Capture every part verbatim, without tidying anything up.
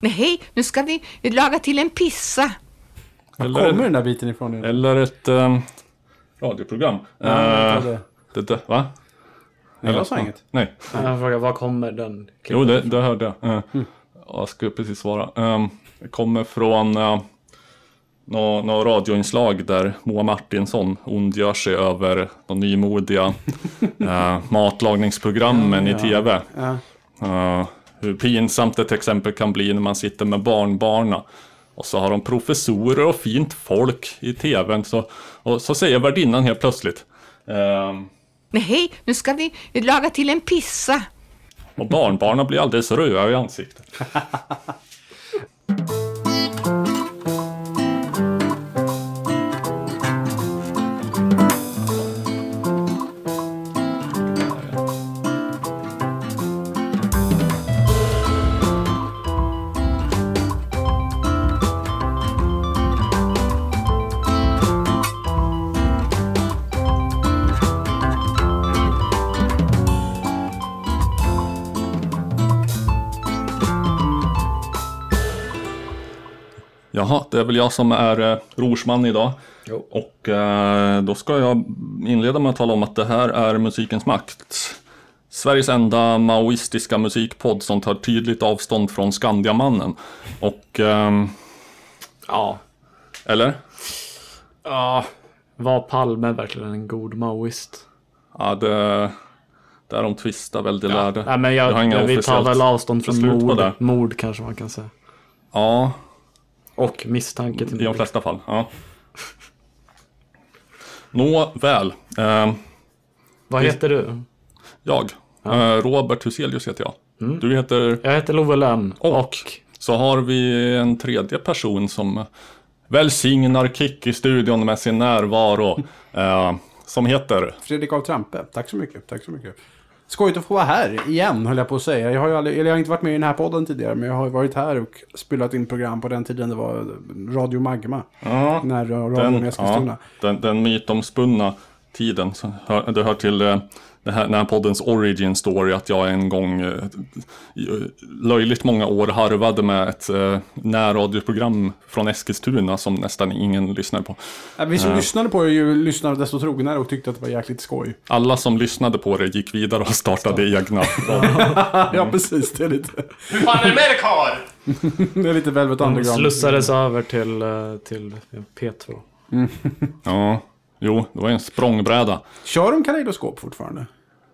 Nej, nu ska vi laga till en pizza. Var kommer den där biten ifrån nu? Eller ett um, radioprogram. Ja, uh, det. Det, det, va? Nej, jag sa inget. Nej. Jag frågar, var kommer den? Jo, det, det hörde jag. Uh, mm. Jag skulle precis svara. Um, det kommer från uh, några nå radioinslag där Moa Martinsson ondgör sig över de nymodiga uh, matlagningsprogrammen ja, ja. i tv. Ja. Uh, hur pinsamt ett exempel kan bli när man sitter med barnbarna. Och så har de professorer och fint folk i tvn. Så, och så säger värdinnan helt plötsligt. Uh, Nej, nu ska vi laga till en pizza. Och barnbarnen blir alldeles röda i ansiktet. Jaha, det är väl jag som är eh, rorsman idag. Jo. Och eh, då ska jag inleda med att tala om att det här är Musikens makt. Sveriges enda maoistiska musikpodd som tar tydligt avstånd från Skandiamannen. Och... Eh, ja. Eller? Ja, var Palme verkligen en god maoist? Ja, det... Där de tvistar väl, det ja. lärde. Nej, men jag, jag, jag vill ta väl avstånd från mord, mord kanske man kan säga. Ja. Och misstanke till i de flesta fall, ja. Nå, väl. Eh, Vad heter du? Jag. Ja. Eh, Robert Huselius heter jag. Mm. Du heter... Jag heter Love Lönn. Och, och så har vi en tredje person som välsignar Kick i studion med sin närvaro. eh, som heter... Fredrik av Trampe. Tack så mycket, tack så mycket. Skojigt att få vara här igen, höll jag på att säga. Jag har ju aldrig, eller jag har inte varit med i den här podden tidigare, men jag har varit här och spelat in program på den tiden det var Radio Magma. Ja, när radion Eskilstuna. Ja, den, den mytomspunna tiden. Så hör, det hör till eh, det här, den här poddens origin story att jag en gång eh, löjligt många år harvade med ett eh, närradioprogram från Eskilstuna som nästan ingen lyssnade på. Ja, vi som uh, lyssnade på det ju lyssnade desto trognare och tyckte att det var jäkligt skoj. Alla som lyssnade på det gick vidare och startade så. egna. Ja, precis. Det är lite... Hur fan är det med det, Karl? Det är lite Velvet Underground. De slussades över till, till P två. Mm. Ja. Jo, det var en språngbräda. Kör de kaleidoskop fortfarande?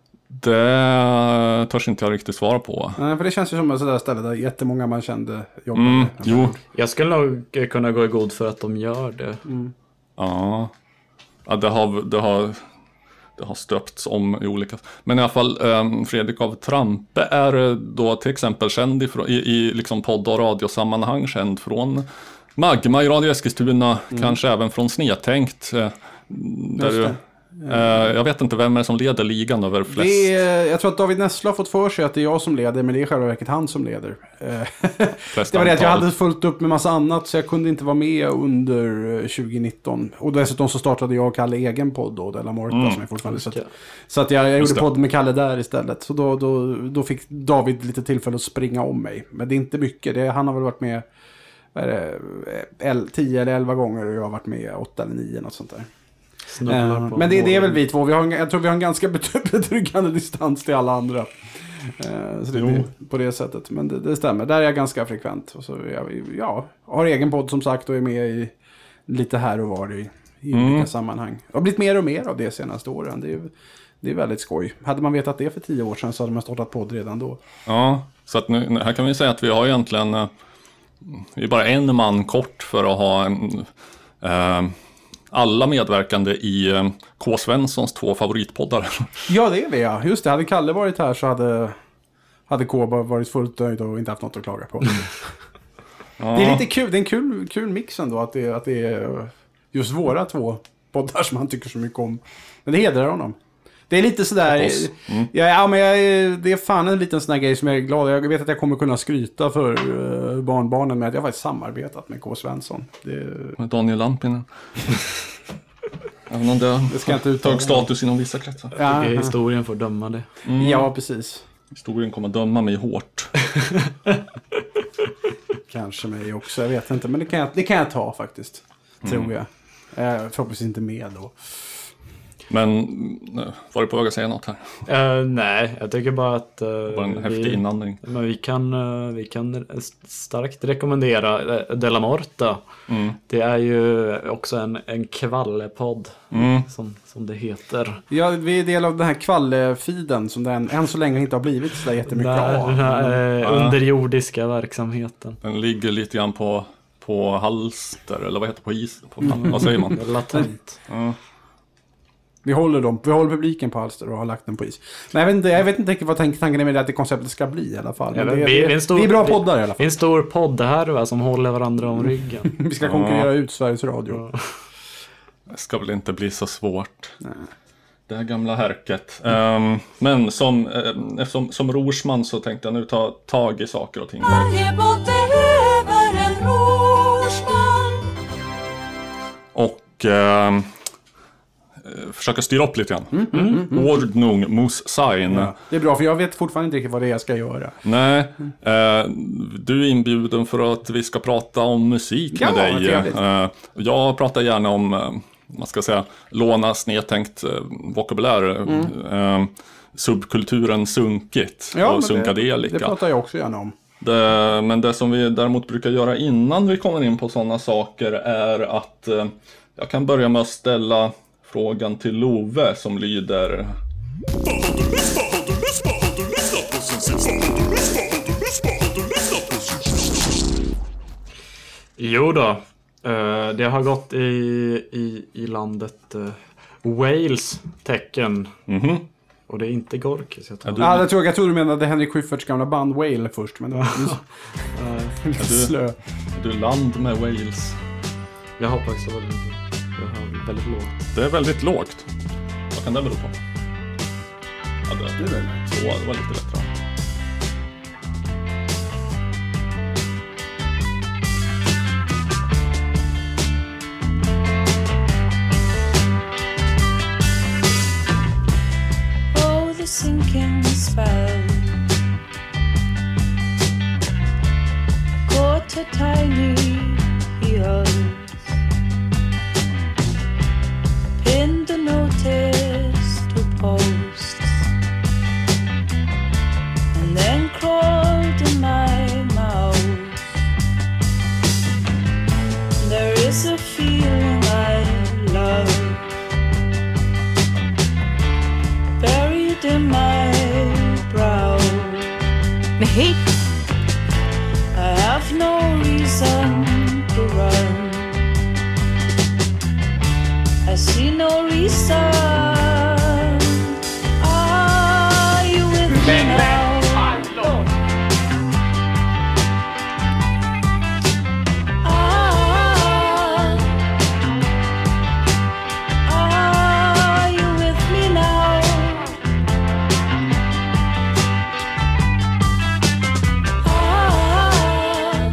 Det törs inte jag riktigt svara på. Nej, för det känns ju som ett sådär ställe där jättemånga man kände jobbade. Mm, jo. Jag skulle nog kunna gå i god för att de gör det. Mm. Ja. Ja, det har, det har, det har stöpts om i olika... Men i alla fall, um, Fredrik av Trampe är då till exempel känd ifrån, i, i liksom podd- och radiosammanhang, känd från Magma i Radio Eskilstuna, mm. kanske även från Snedtänkt. Där du, eh, jag vet inte vem är som leder ligan över flest. Det är, jag tror att David Nessla har fått för sig att det är jag som leder, men det är själva verket han som leder. Det var det att jag hade fullt upp med massa annat, så jag kunde inte vara med under tjugonitton. Och dessutom så startade jag och Kalle egen podd då, Della Morta, mm. som jag fortfarande sett. Så att jag, jag gjorde podd med Kalle där istället. Så då, då, då fick David lite tillfälle att springa om mig. Men det är inte mycket, det, han har väl varit med tio eller elva gånger och jag har varit med åtta eller nio, något sånt där. Uh, men det, det är väl vi två. Vi har, jag tror vi har en ganska betryggande distans till alla andra. Uh, så det är på det sättet. Men det, det stämmer. Där är jag ganska frekvent. Och så jag, ja, har egen podd som sagt och är med i lite här och var i, i mm. olika sammanhang. Jag har blivit mer och mer av det senaste åren. Det är, det är väldigt skoj. Hade man vetat det för tio år sedan så hade man startat podd redan då. Ja, så att nu, här kan vi säga att vi har egentligen uh, vi är bara en man kort för att ha en... Uh, alla medverkande i K. Svenssons två favoritpoddar. Ja, det är vi, ja. Just det, hade Kalle varit här så hade, hade K varit fullt nöjd och inte haft något att klaga på. Mm. Ja. Det är lite kul, det är en kul, kul mix ändå att det, att det är just våra två poddar som han tycker så mycket om. Men det hedrar honom. Det är lite sådär... Mm. Ja, ja, men jag, det är fan en liten sån här grej som jag är glad. Jag vet att jag kommer kunna skryta för uh, barnbarnen med att jag har faktiskt samarbetat med K. Svensson. Det... Med Daniel Lampinen. Även om det, det ska inte uttag status inom vissa kretsar. Ja, ja. Historien får döma det. Mm. Ja, precis. Historien kommer döma mig hårt. Kanske mig också, jag vet inte. Men det kan jag, det kan jag ta faktiskt. Tror Mm. jag. Eh, förhoppningsvis inte med då. Men var du på väg att säga något här? Uh, nej, jag tycker bara att uh, Bara en häftig inandning. men vi kan, uh, vi kan starkt rekommendera uh, Della Morta. Mm. Det är ju också en, en kvallepodd Mm. som, som det heter. Ja, vi är del av den här kvallefiden som den än så länge inte har blivit så där jättemycket Den här, av. den här uh, Ja. underjordiska verksamheten. Den ligger lite grann på, på halster, eller vad heter det, på is? På, vad säger man? Latent. Ja. Vi håller dem, vi håller publiken på halster och har lagt den på is. Men jag vet inte, jag vet inte riktigt vad tank- tanken är med det att det konceptet ska bli i alla fall. Men Ja, det, vi- vi är det, en stor- vi är bra vi- poddar i alla Det är fall. en stor podd här va, som håller varandra om ryggen. Vi ska konkurrera ut Sveriges Radio. Det ska väl inte bli så svårt. Nej. Det här gamla härket. Um, men som, um, eftersom, som rorsman så tänkte jag nu ta tag i saker och ting. Varje båt behöver en rorsman. Och um, försöka styra upp lite grann. Mm, mm, mm. Ordnung muss sein. Ja, det är bra, för jag vet fortfarande inte riktigt vad det är jag ska göra. Nej, eh, du är inbjuden för att vi ska prata om musik Ja, med dig. trevligt. Eh, jag pratar gärna om, eh, man ska säga, låna snedtänkt eh, vokabulär. Mm. Eh, subkulturen sunkigt Ja, och men det, sunkadelika. det pratar jag också gärna om. Det, men det som vi däremot brukar göra innan vi kommer in på sådana saker är att eh, jag kan börja med att ställa frågan till Love som lyder: Jo då, eh, det har gått i, i, i landet uh, Wales tecken. mhm. Och det är inte Gorkis jag tror. Är du- Ja, jag, tror, jag tror du menade Henrik Schyfferts gamla band Whale först, men det var lite Är du- slö. Är du land med Wales? Jag hoppas det var väldigt, jag hör väldigt lågt. Det är väldigt lågt. Vad kan det bero på? Ja, det, Det är väl nice. så, det var lite lättare. Oh, the sinking spell. Caught a tiny heels. Pinned a notice to posts. And then crawled in my mouth. There is a feeling I love. Buried in my brow. Men hej, I have no reason to run. I see no reason. Are you with me now? Ah, are you with me now? Ah,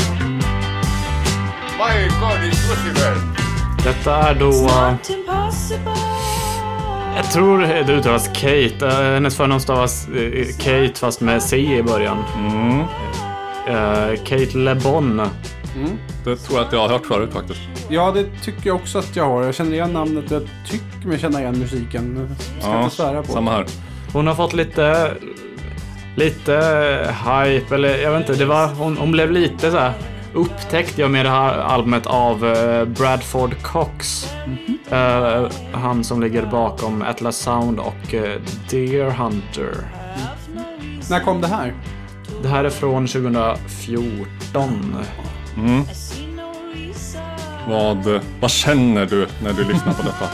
My God, it's Lucifer. Detta är då, it's uh, not impossible. jag tror det uttalas Kate. Uh, hennes förnamn stavas uh, Kate fast med C i början. Mm. Uh, Kate Le Bon. Det tror jag att jag har hört förut faktiskt. Ja, det tycker jag också att jag har. Jag känner igen namnet, jag tycker mig känna igen musiken. Jag ska inte svära på. samma här. Hon har fått lite lite hype, eller jag vet inte, det var, hon, hon blev lite så här upptäckt jag med det här albumet av uh, Bradford Cox. Uh, han som ligger bakom Atlas Sound och uh, Deer Hunter. När kom det här? Det här är från tjugofjorton. Mm. I see no reason. Vad, vad känner du när du lyssnar på detta?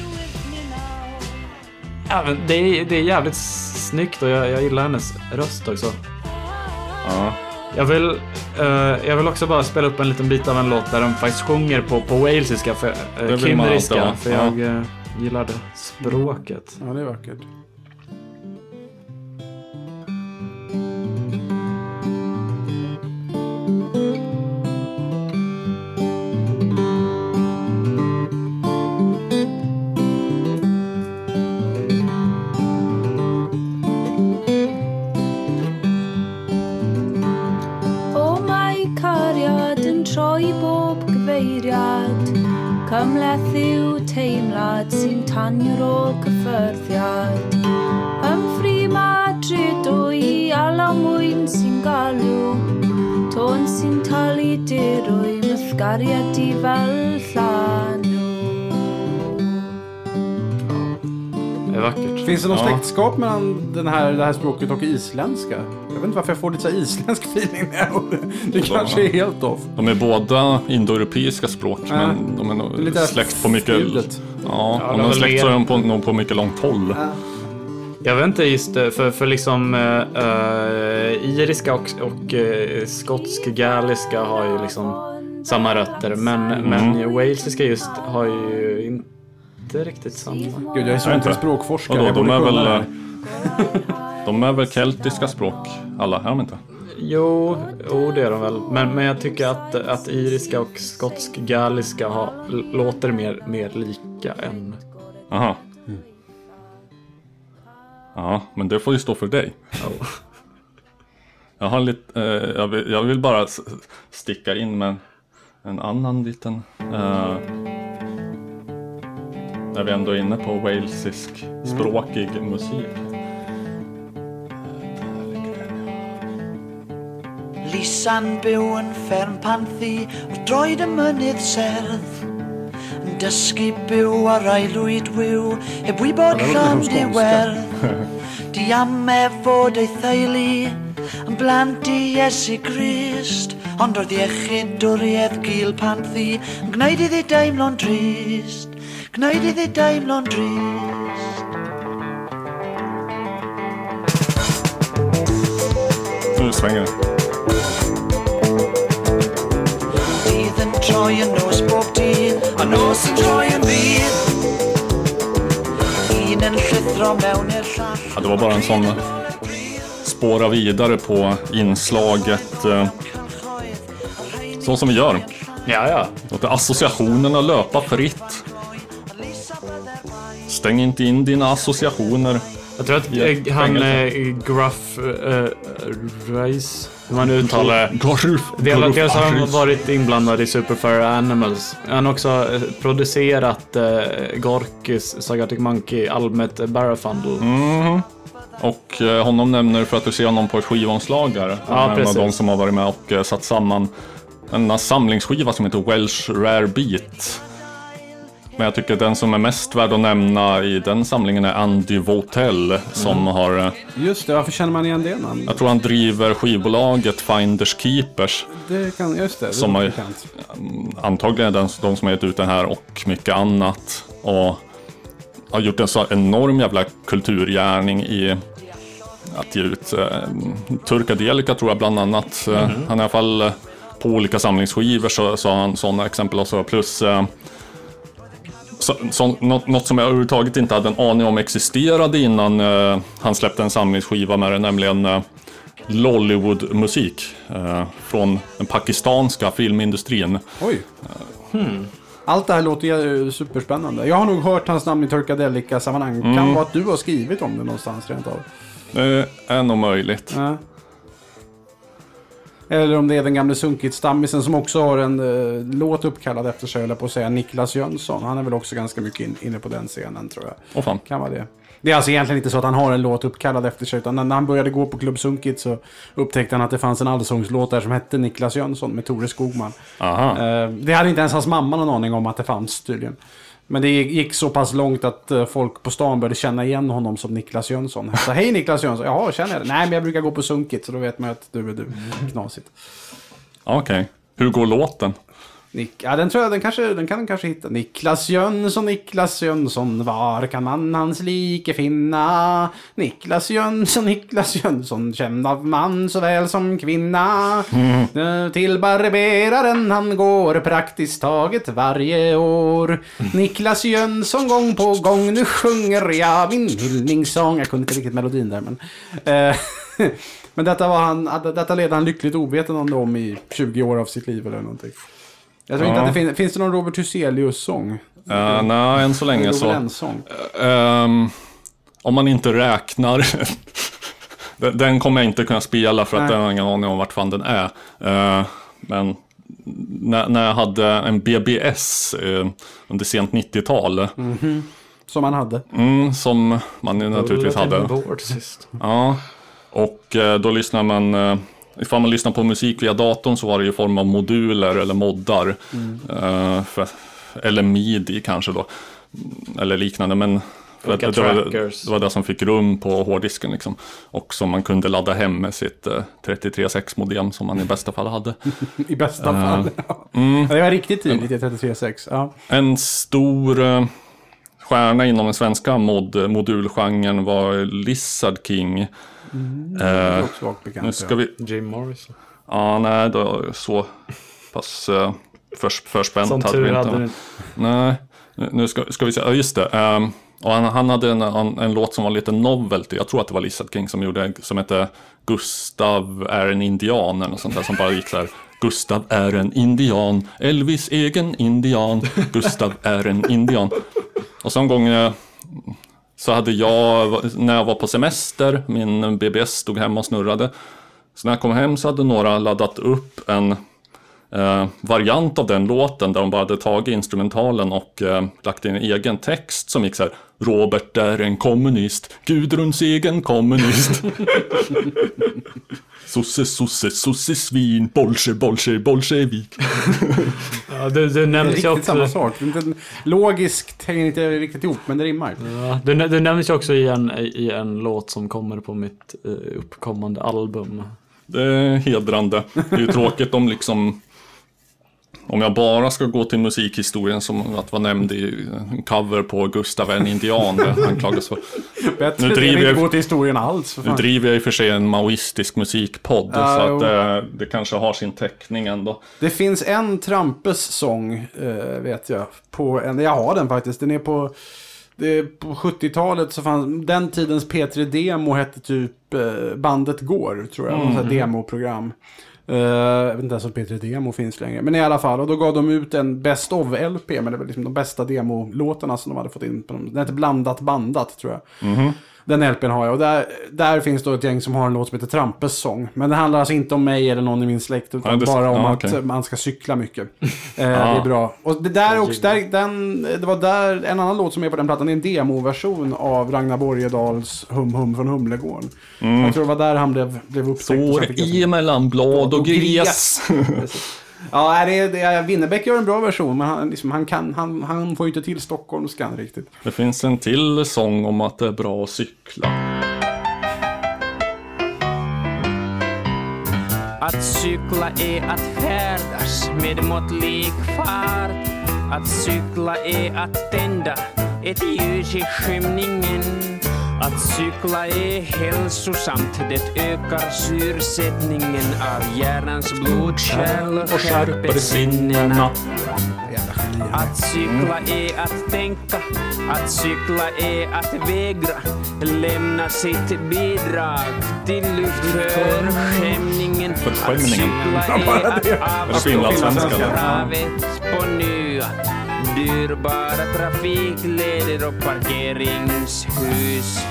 Ja, men det, är, det är jävligt snyggt och jag, jag gillar hennes röst också. Ja. Jag vill, uh, jag vill också bara spela upp en liten bit av en låt där de faktiskt sjunger på, på walesiska, för, Det uh, vill man kimriska, alltid för ha. jag uh, gillar det språket. Ja, det är vackert. Oh, troi bob gyfeiriad, cymleth yw teimlad sy'n tanio'r o cyffyrddiad. Ymffri Madrid o'i alamwyn sy'n galw, tôn sy'n talu dirwy mythgariad i fel llanw. Det är vackert. Finns det någon Ja. släktskap mellan den här, det här språket och isländska? Jag vet inte varför jag får lite så här isländsk feeling när jag hör det. Det kanske är helt off. De är båda indoeuropeiska språk, Ja. men de är nog Det är lite släkt på mycket... ljudet. Ja, Ja, om de de är är släkt mer- så är de på, nog på mycket långt håll. Jag vet inte just det, för, för liksom äh, äh, iriska och, och äh, skotsk-galiska har ju liksom samma rötter, men, Mm. men walesiska just har ju inte riktigt samma. Gud, jag är så Jag vet inte inte. språkforskare. Och då, jag de, borde är kunna väl, det. de är väl keltiska språk, alla, är de inte? Jo, jo, det är de väl. Men, men jag tycker att, att iriska och skotsk-galiska har, l- låter mer, mer lika än... Aha. Ja, men det får ju stå för dig. Oh. Jag har lite, eh, jag, vill, jag vill bara s- sticka in med en annan liten... Eh, när vi ändå är inne på walesisk språkig musik. Lisa'n byw yn fferm Panthi wrth droed y mynydd serdd, yn dysgu byw ar aelwyd wyw heb wybod Ja, det låter llond som i skånska. werdd. Di am efod ei theulu yn blant i Iesu Grist, ond oedd iechyd dwriedd gil Panthi yn gwneud iddi deimlo'n drist, gwneud iddi deimlo'n drist. Nu svänger det. Dydd yn troi yn nos bob dydd, a nos yn troi yn ddydd. Un yn llythro mewn i'r llall. Ja, det var bara en sån spåra vidare på inslaget eh, så som vi gör. Ja, ja. Låter associationerna löpa fritt. Stäng inte in dina associationer. Jag tror att Ja, eh, han fängelse. eh, Gruff äh, Rice, hur man uttalar Gruff, Dels Gruff har han Rice. varit inblandad i Superfire Animals. Han har också eh, producerat eh, Gorkys Psychotic Monkey Almet Barrafundle. Mhm. Och eh, honom nämner för att du ser honom på ett skivomslag där. Han är en av precis. de som har varit med och eh, satt samman en samlingsskiva som heter Welsh Rare Beat. Men jag tycker den som är mest värd att nämna i den samlingen är Andy Votel som har... eh, Just det, varför känner man igen det namnet? Jag tror han driver skivbolaget Finders Keepers. Det kan, just det, det Som är har- bekant. Antagligen den, de som har gett ut den här och mycket annat. Och har gjort en så enorm jävla kulturgärning i att ge ut eh, Turkadelika tror jag bland annat. Eh, Han är i alla fall eh, på olika samlingsskivor så, så har han sådana exempel också. Plus eh, så, så, något, något som jag överhuvudtaget inte hade en aning om existerade innan eh, han släppte en samlingsskiva med det, nämligen eh, Lollywood-musik eh, från den pakistanska filmindustrin. Oj. Allt det här låter ju superspännande. Jag har nog hört hans namn i Turkadelika-sammanhang. Kan vara att du har skrivit om det någonstans rent av. Det är nog möjligt. Ja. Eller om det är den gamla Sunkit-stammisen som också har en uh, låt uppkallad efter sig, eller på att säga Niklas Jönsson. Han är väl också ganska mycket in, inne på den scenen, tror jag. Åh fan. Kan vara det. Det är alltså egentligen inte så att han har en låt uppkallad efter sig, utan när han började gå på Klubb Sunkit så upptäckte han att det fanns en allsångslåt där som hette Niklas Jönsson med Tore Skogman. Aha. Eh, det hade inte ens hans mamma någon aning om att det fanns tydligen. Men det gick så pass långt att eh, folk på stan började känna igen honom som Niklas Jönsson. Så, hej Niklas Jönsson, jaha, känner jag det? Nej, men jag brukar gå på Sunkit, så då vet man att du är du. Knasigt. Okej. Hur går låten? Nick, ja, den tror jag, den, kanske, den kan den kanske hitta. Niklas Jönsson, Niklas Jönsson, var kan man hans like finna? Niklas Jönsson, Niklas Jönsson, känd av man såväl som kvinna. Mm. Till barberaren han går praktiskt taget varje år. Niklas Jönsson gång på gång, nu sjunger jag min hyllningssång. Jag kunde inte riktigt melodin där, men... Eh, men detta, var han, detta led han lyckligt ovetande om i tjugo år av sitt liv eller någonting. Jag tror Ja. inte att det finns... Finns det någon Robert Hyselius-sång? Uh, nej, än så länge så... En sång. Ehm, om man inte räknar... den, den kommer jag inte kunna spela för att Nej. den har ingen aning om vart fan den är. Uh, men när, när jag hade en B B S eh, under sent nittiotal. Mm-hmm. Som man hade. Mm, som man ju naturligtvis hade. Board, sist. Ja, och eh, då lyssnar man... Eh, ifall man lyssnar på musik via datorn så var det i form av moduler eller moddar. Mm. Eh, för, eller midi kanske då. Eller liknande, men... För det, det, var, det var det som fick rum på hårddisken liksom. Och som man kunde ladda hem med sitt uh, trettiotre sex modem som man i bästa fall hade. I bästa uh, fall. mm. Ja, det var riktigt tydligt i trettiotre sex. Ja. En stor uh, stjärna inom den svenska mod, modulgenren var Lizard King. Mm, det är också svagt bekant. Nu ska vi... Jim Morrison. Ja, nej, det var så pass uh, förs, förspänt. Som tur hade ni. Nej, nu ska, ska vi se. Ja, just det. Um, Och han, han hade en, en, en låt som var lite novelty. Jag tror att det var Lizard King som gjorde, som hette Gustav är en indian eller något sånt där, som bara gick så här: Gustav är en indian, Elvis egen indian, Gustav är en indian. Och så en gång så hade jag, när jag var på semester, min B B S stod hemma och snurrade. Så när jag kom hem så hade några laddat upp en Eh, variant av den låten där de bara hade tagit instrumentalen och eh, lagt in en egen text som gick så här: Robert är en kommunist, Gudruns egen kommunist. Sosse, sosse, sosse, svin, bolsje, bolsje, bolsjevik. Ja, det, det nämns ju också... samma sak. Logiskt hänger inte riktigt ihop, men det rimmar. Ja, det, det nämns ju också i en, i en låt som kommer på mitt uh, uppkommande album. Det är hedrande. Det är ju tråkigt om liksom... Om jag bara ska gå till musikhistorien som att vara nämnd i en cover på Gustav är en indian, anklagas för. Bättre nu driver jag gå till historien alls. För nu driver jag i och för sig en maoistisk musikpodd, uh, så att det, det kanske har sin täckning ändå. Det finns en Trampes sång, uh, vet jag. På en, jag har den faktiskt. Den är på, det är på sjuttiotalet så fanns den tidens P tre Demo hette typ uh, Bandet går, tror jag. Mm. Ett demoprogram. Uh, jag vet inte ens om P tre Demo finns längre. Men i alla fall, och då gav de ut en Best of L P. Men det var liksom de bästa demolåtarna som de hade fått in på dem. Den heter Blandat bandat, tror jag. Mm-hmm. Den L P:n har jag. Och där, där finns då ett gäng som har en låt som heter Trampes sång. Men det handlar alltså inte om mig eller någon i min släkt. Utan ja, det, bara om ah, att okay. man ska cykla mycket. uh, ah. Det är bra. Och det där också, där, den, det var där en annan låt som är på den plattan. Det är en demoversion av Ragnar Borgedals Hum Hum från Humlegården. Mm. Jag tror det var där han blev, blev upptäckt. Står i mellan blad och gräs. Ja, det, det, Winnerbäck gör en bra version, men han, liksom, han, kan, han, han får ju inte till stockholmskan riktigt. Det finns en till sång om att det är bra att cykla. Att cykla är att färdas med måttlig fart. Att cykla är att tända ett ljus i skymningen. Att cykla är hälsosamt, det ökar syrsättningen av hjärnans blodkärl och skärper sinnena. Att cykla är att tänka, att cykla är att vägra lämna sitt bidrag till luftförskämningen. Att cykla är att avstå kravet på nya dyrbara trafikleder och parkeringshus.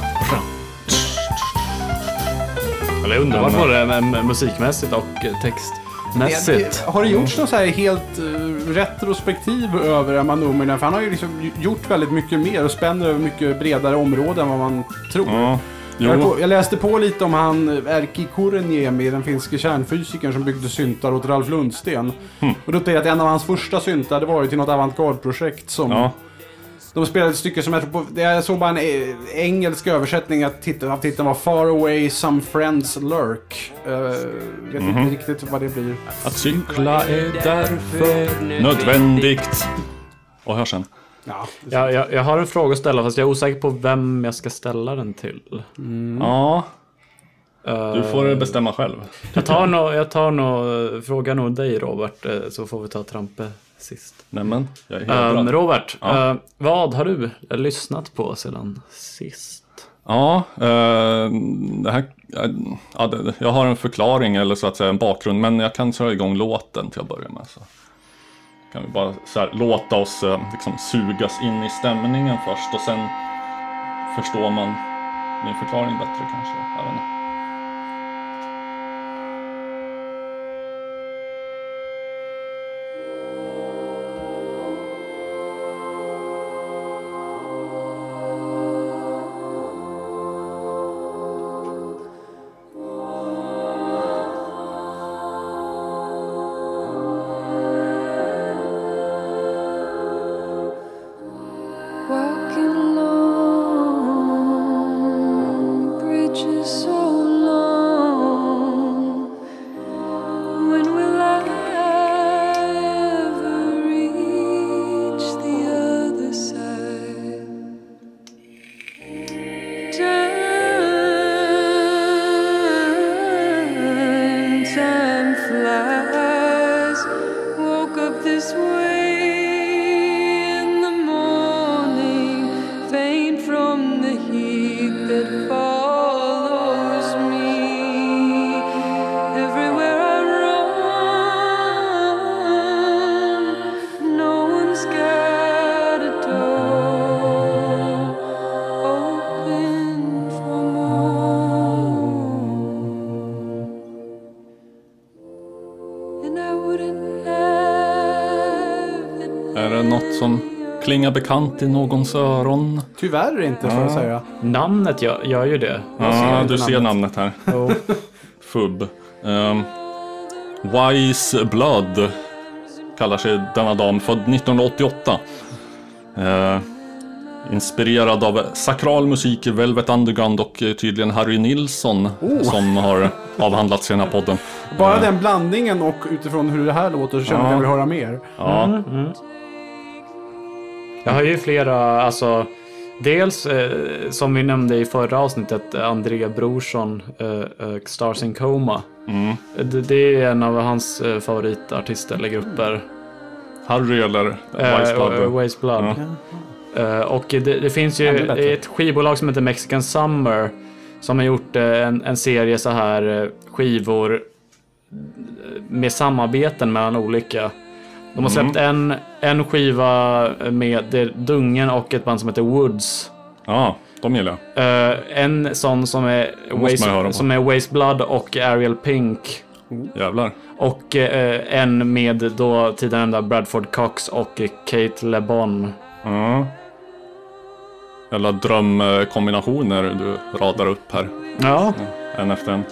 Eller underbart var det med musikmässigt och textmässigt. Har det gjorts någon så här helt uh, retrospektiv över Emma Nummerna? För han har ju liksom gjort väldigt mycket mer och spänner över mycket bredare områden än vad man tror. Ja. Jag, på, jag läste på lite om han Erkki Kurenniemi, den finske kärnfysikern som byggde syntar åt Ralf Lundsten. Mm. Och då upptäckte jag att en av hans första syntar, det var ju till något avantgarde-projekt som... Ja. De spelade ett stycke som jag tror på... Jag såg bara en engelsk översättning att titeln, av titeln var Far Away Some Friends Lurk. Uh, vet mm-hmm. inte riktigt vad det blir. Att cykla är därför nödvändigt. Och hör sen. Ja, jag, jag, jag har en fråga att ställa, fast jag är osäker på vem jag ska ställa den till. Mm. Ja. Uh, du får bestämma själv. Jag tar nog, jag tar nog, fråga nog dig, Robert, så får vi ta Trampe sist. Nämen, jag är helt um, Robert, ja. uh, vad har du lyssnat på sedan sist? Ja, uh, det här, uh, ja, det, jag har en förklaring eller så att säga en bakgrund, men jag kan köra igång låten till att börja med. Så kan vi bara så här, låta oss uh, liksom sugas in i stämningen först och sen förstår man min förklaring bättre kanske. Jag vet inte. Är det något som klingar bekant i någons öron? Tyvärr inte, får jag säga. Namnet gör, gör ju det. Ja, ser du inte ser namnet här. Oh. F U B. Um, Wise Blood kallar sig denna dam, född nittonhundraåttioåtta. Uh, inspirerad av sakral musik, Velvet Underground och uh, tydligen Harry Nilsson Oh. som har avhandlats i den här podden. Bara Uh, den blandningen och utifrån hur det här låter så känner jag att jag vill höra mer. Ja, Mm, mm. Jag har ju flera, alltså dels eh, som vi nämnde i förra avsnittet, Andrea Brorsson, eh, eh, Stars in Coma. mm. Det, det är en av hans eh, favoritartister eller grupper. Harry eller Wise Blood. Eh, Wise Blood. Ja. Eh, och det, det finns ju Ännu bättre. ett skivbolag som heter Mexican Summer som har gjort eh, en, en serie så här eh, skivor med samarbeten mellan olika. De har släppt en, en skiva med det, Dungen och ett band som heter Woods. Ja, de gillar jag. Uh, en sån som är, måste man höra Waste, på. som är Waste Blood och Ariel Pink. Jävlar. Och uh, en med då tidigare nämnda Bradford Cox och Kate LeBon. Ja. Jävla drömkombinationer du radar upp här. Ja. En efter en.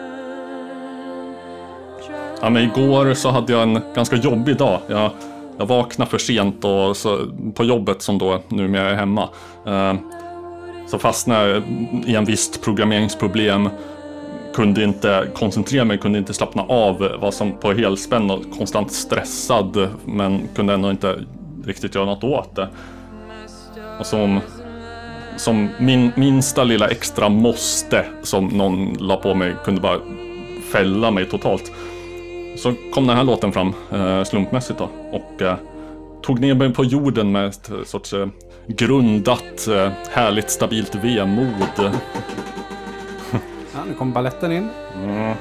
Ja, men igår så hade jag en ganska jobbig dag. Jag, jag vaknade för sent och så, på jobbet som då numera är hemma. Eh, så fastnade jag i en visst programmeringsproblem. Kunde inte koncentrera mig, kunde inte slappna av. Var som på helspänn och konstant stressad. Men kunde ändå inte riktigt göra något åt det. Och som, som min minsta lilla extra måste som någon la på mig kunde bara fälla mig totalt. Så kom den här låten fram eh, slumpmässigt då, och eh, tog ner mig på jorden med ett sorts eh, grundat, eh, härligt stabilt vemod. Ja, nu kom balletten in. Mm.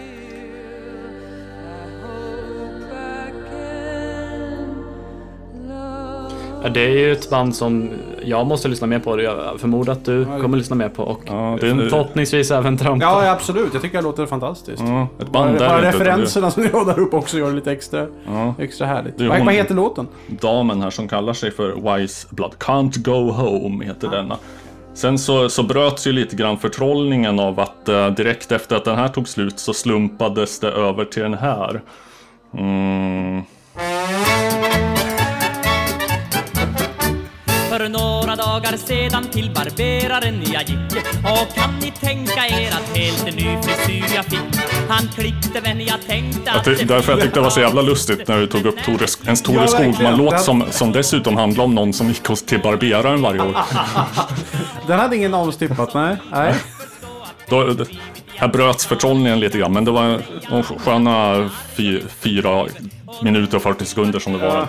Ja, det är ju ett band som jag måste lyssna mer på. Jag förmodar att du kommer lyssna mer på. Och Ja, det är- förhoppningsvis även Trampa. Ja, ja, absolut. Jag tycker det låter fantastiskt. Ja, ett Bara, band där bara ute, referenserna som ni radar upp också gör det lite extra, Ja. extra härligt. Det är Vad, hon- vad heter låten? Damen här som kallar sig för Wise Blood. Can't Go Home heter denna. Sen så, så bröts ju lite grann förtrollningen av att eh, direkt efter att den här tog slut så slumpades det över till den här. Mm. För några dagar sedan till barberaren jag gick. Och kan ni tänka er att helt en ny frisyr jag fick. Han klippte vän jag tänkte att Jag ty- därför jag tyckte det var så jävla lustigt när du tog upp Tore, en Tore Ja, verkligen. Skogman-låt som, som dessutom handlar om någon som gick hos till barberaren varje år. Den hade ingen avstippat, nej. nej. Då, det- här bröts förtrollningen lite grann, men det var de sköna fy, fyra minuter och fyrtio sekunder som det var.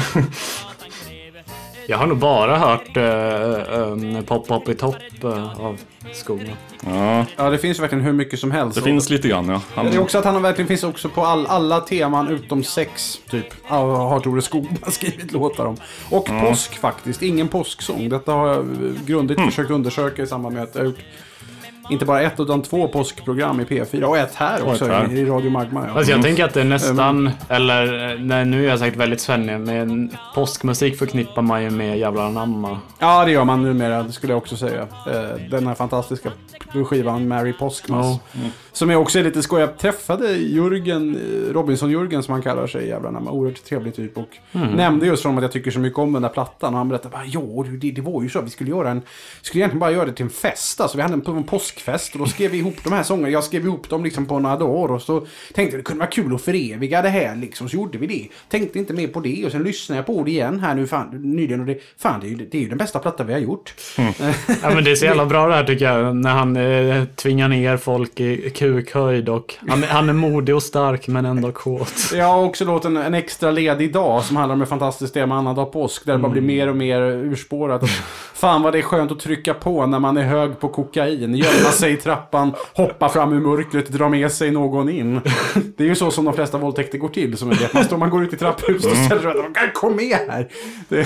Jag har nog bara hört uh, um, Pop Pop i topp uh, av Skogman. Ja, Ja, det finns ju verkligen hur mycket som helst. det finns lite grann, ja. Han, Det är också att han har verkligen finns också på all, alla teman utom sex, typ. Ja, har Tore Skogman skrivit låtar om. Och påsk faktiskt, ingen påsksång. Detta har jag grundligt Mm. försökt undersöka i samband med att jag gjort inte bara ett utan två påskprogram i P fyra och ett här också ett här. I, i Radio Magma. Ja. Alltså jag tänker att det är nästan, eller nej, nu är jag säkert väldigt svennig, men påskmusik förknippar man ju med jävla namma. Ja, det gör man numera, det skulle jag också säga. Eh, den här fantastiska skivan Mary Påskmas. Ja. Mm. Som jag också är lite skoj. Jag träffade Jörgen, eh, Robinson-Jörgen som han kallar sig, jävla namn. Oerhört trevlig typ. Och Mm. nämnde just från att jag tycker så mycket om den där plattan. Och han berättade bara, jo, det, det var ju så. Vi skulle göra en, skulle egentligen bara göra det till en fest. Alltså vi hade en, en påskfest och då skrev vi ihop de här sångerna. Jag skrev ihop dem liksom på några dagar och så tänkte jag det kunde vara kul att föreviga det här liksom. Så gjorde vi det. Tänkte inte mer på det och sen lyssnade jag på det igen här nu fan, nyligen och det, fan det är, ju, det är ju den bästa platta vi har gjort. Ja, men det är så jävla bra det här tycker jag, när han eh, tvingar ner folk i kukhöjd och han, han är modig och stark men ändå kåt. Jag har också låten En extra ledig dag som handlar om en fantastisk tema annan dag påsk där det bara blir mer och mer urspårat. Och fan vad det är skönt att trycka på när man är hög på kokain. Gömma sig i trappan, hoppa fram ur mörkret, dra med sig någon in. Det är ju så som de flesta våldtäkter går till. Som är man står man går ut i trapphuset och ställer sig och kan kom med här. Det,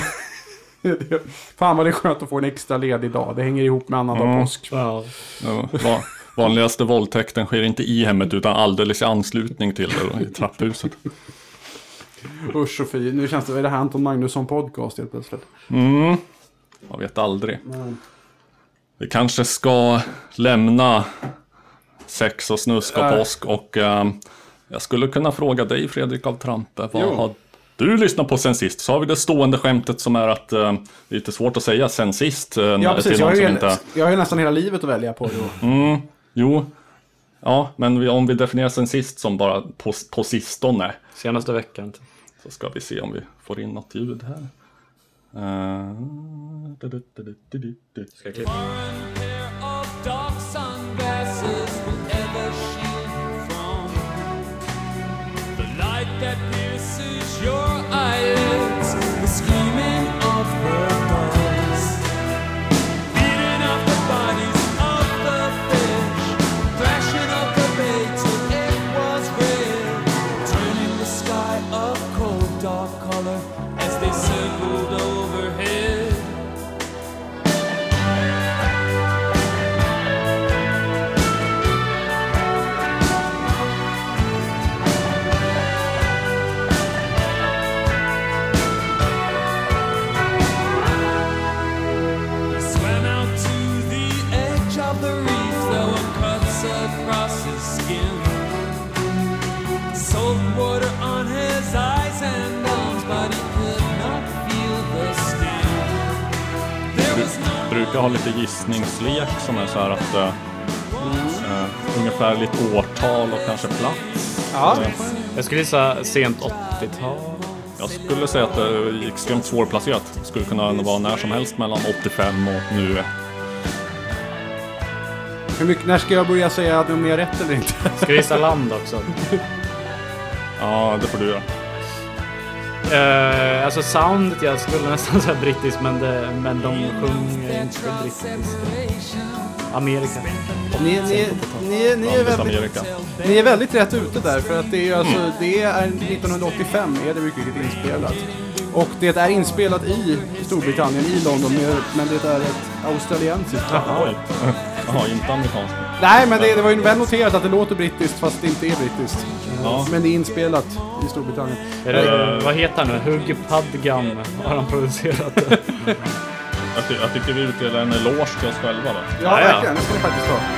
det, fan vad det är skönt att få en extra ledig dag. Det hänger ihop med annan dag påsk. Ja. Ja, va, Vanligaste våldtäkten sker inte i hemmet utan alldeles i anslutning till det, i trapphuset. Usch och fy. Nu känns det, är det här Anton Magnusson podcast helt plötsligt? Mm, jag vet aldrig. Mm. Vi kanske ska lämna sex och snusk och äh. påsk och uh, jag skulle kunna fråga dig, Fredrik av Trampe, vad jo. har du lyssnat på sen sist? Så har vi det stående skämtet som är att uh, det är lite svårt att säga sen sist. Uh, ja, precis. Jag har, ju, inte... jag har ju nästan hela livet att välja på då. Mm, jo. Ja, men vi, om vi definierar sen sist som bara på, på sistone. Senaste veckan. Så ska vi se om vi får in något ljud här. Uh... Ska jag klippa? That pierces your eyelids, the screaming of her dogs, beating up the bodies of the fish, thrashing up the bait till it was red, turning the sky a cold dark color as they circled overhead. Across his skin, salt water on his eyes and arms, but he could not feel the skin. There was no... Brukar ha lite gissningslek som är så här att uh, uh, ungefär lite årtal och kanske plats. Ja. Uh, jag skulle säga sent åttiotal. Jag skulle säga att det är extremt svårplacerat. Skulle kunna vara när som helst mellan åttiofem och nu. Hur mycket, när ska jag börja säga att om jag är rätt eller inte? Ska vi gissa land också? Ja, det får du göra. Uh, alltså soundet, jag skulle nästan säga brittiskt, men, det, men de sjunger inte brittiskt. Amerika. Ni, ni, ni, ni, är väldigt, Amerika. ni är väldigt rätt ute där, för att det är, alltså, mm. det är nittonhundraåttiofem är det mycket inspelat. Och det är inspelat i Storbritannien, i London, men det är ett australiensiskt. Jaha, Jaha, inte amerikanskt. Nej, men det, det var ju väl noterat att det låter brittiskt fast det inte är brittiskt. Ja. Men det är inspelat i Storbritannien. Är det, uh, vad heter han nu? Hugh Padgham har han producerat det. jag, ty jag tycker vi utdelar en eloge till oss själva då. Ja, ja, verkligen. Det ska ni faktiskt ha.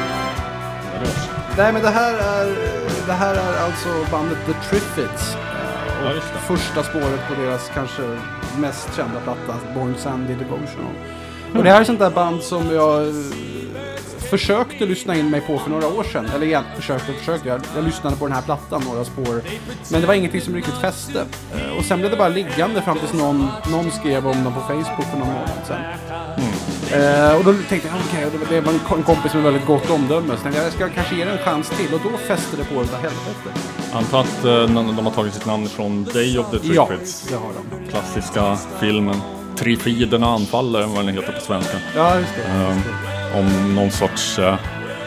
Nej, men det här är, det här är alltså bandet The Triffids. Ja, just det. Första spåret på deras kanske mest kända platta, Born Sandy Devotional. Och det här är sånt där band som jag försökte lyssna in mig på för några år sedan. Eller igen, försökte och försökte. Jag, jag lyssnade på den här plattan, några spår. Men det var ingenting som riktigt fäste. Och sen blev det bara liggande fram tills någon, någon skrev om dem på Facebook för någon månad sedan. Mm. Uh, och då tänkte jag, okej, okay, det var en kompis med väldigt gott omdöme. Så tänkte jag, jag ska kanske ge den en chans till. Och då fäste det på det där helvete. Antar att uh, de har tagit sitt namn från Day of the Triffids. Ja, det har de. Klassiska filmen. Trifiderna anfaller, vad den heter på svenska. Ja, just det. Uh, om någon sorts uh,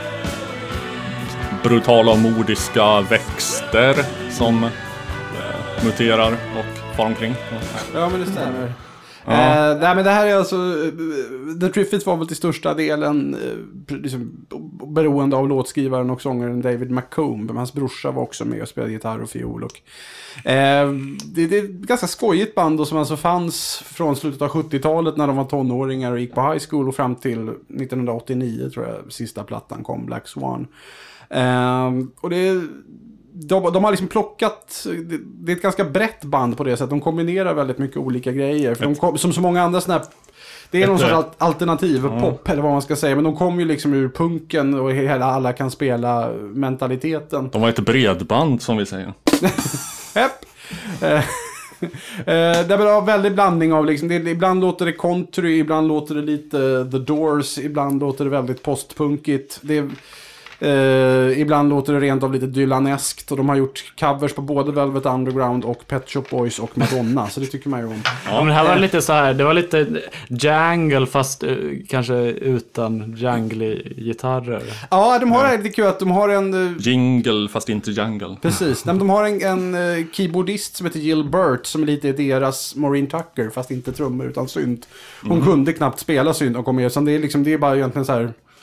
brutala och modiska växter som uh, muterar och far omkring. Ja, men det stämmer. Ja. Uh, nej, men det här är alltså uh, The Triffids var väl till största delen uh, liksom, beroende av låtskrivaren och sångaren David McComb. Hans brorsa var också med och spelade gitarr och fiol och, uh, det, det är ett ganska skojigt band då, som alltså fanns från slutet av sjuttiotalet när de var tonåringar och gick på high school och fram till nittonhundraåttionio tror jag sista plattan kom, Black Swan. Uh, och det är De, de har liksom plockat, det är ett ganska brett band på det sättet. De kombinerar väldigt mycket olika grejer. För de kom, som så många andra sådana här, det är någon sorts alternativ mm. pop eller vad man ska säga. Men de kommer ju liksom ur punken och hela alla kan spela mentaliteten. De var ett bredband som vi säger. Hepp. Det är en väldigt blandning av liksom, det, ibland låter det country, ibland låter det lite The Doors, ibland låter det väldigt postpunkigt. Det är Uh, ibland låter det rent av lite Dylaneskt och de har gjort covers på både Velvet Underground och Pet Shop Boys och Madonna, så det tycker man ju om. Ja, men det här var lite så här, det var lite jangle fast uh, kanske utan jangle-gitarrer. Ja, de har ja. lite kul att de har en uh, jingle fast inte jungle. Precis, de har en, en uh, keyboardist som heter Jill Burt som är lite deras Maureen Tucker fast inte trummor utan synt. Hon mm. kunde knappt spela synt och kom med, så det är liksom, det är bara egentligen så här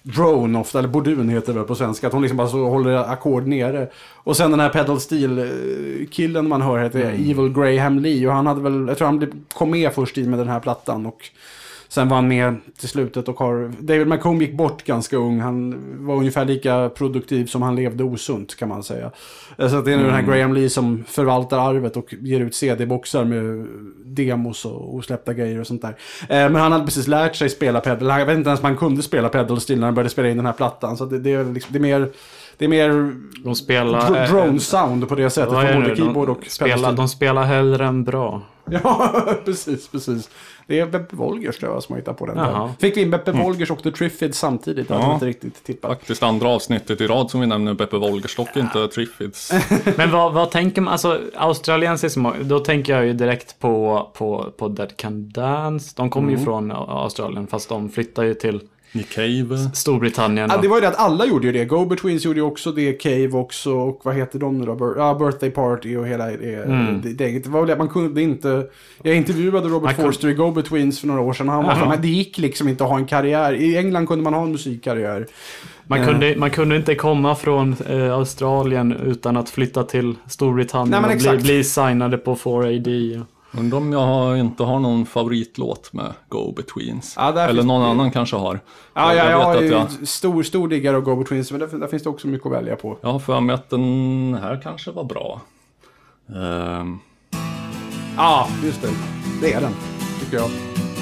drone ofta, eller bordun heter det väl på svenska, att hon liksom bara så håller ackord nere. Och sen den här pedal steel killen man hör heter mm. Evil Graham Lee, och han hade väl, jag tror han kom med först i med den här plattan, och sen var han med till slutet. Och har, David McComb gick bort ganska ung. Han var ungefär lika produktiv som han levde osunt, kan man säga. Så att det är nu mm. den här Graham Lee som förvaltar arvet och ger ut C D-boxar med demos och osläppta grejer och sånt där. Men han hade precis lärt sig spela pedal. Jag vet inte ens om han kunde spela pedal still när han började spela in den här plattan. Så det, det, är, liksom, det är mer... Det är mer de spelar, dr- drone sound på det sättet. Från både keyboard och spelar, de spelar hellre än bra. Ja, precis, precis. Det är Beppe Wolgers tror jag som har hittat på den där. Fick vi in Beppe Wolgers och The Triffids samtidigt? Ja, inte riktigt tippat. Faktiskt andra avsnittet i rad som vi nämner Beppe Wolgers, dock inte Triffids. Men vad, vad tänker man, alltså australiensisk, då tänker jag ju direkt på, på, på Dead Can Dance. De kommer mm. ju från Australien, fast de flyttar ju till Nick Cave. Storbritannien. Ja, det var ju det att alla gjorde ju det. Go-Betweens gjorde ju också det, Cave också, och vad heter de nu då? Bir- ja, Birthday Party och hela det. Mm. det, det, det var väl att man kunde inte... Jag intervjuade Robert man Forster kunde... i Go-Betweens för några år sedan. Han var så, men det gick liksom inte att ha en karriär. I England kunde man ha en musikkarriär. Man uh. kunde, man kunde inte komma från eh, Australien utan att flytta till Storbritannien. Nej, och bli, bli signade på four A D. Undrar om jag har, inte har någon favoritlåt med Go-Betweens. Ja, eller någon det... annan kanske har. Ja, jag, jag, jag, jag är stor, stor diggare av Go-Betweens, men där, där finns det också mycket att välja på. Jag har för mig att den här kanske var bra. Um... Ja, just det. Det är den, tycker jag.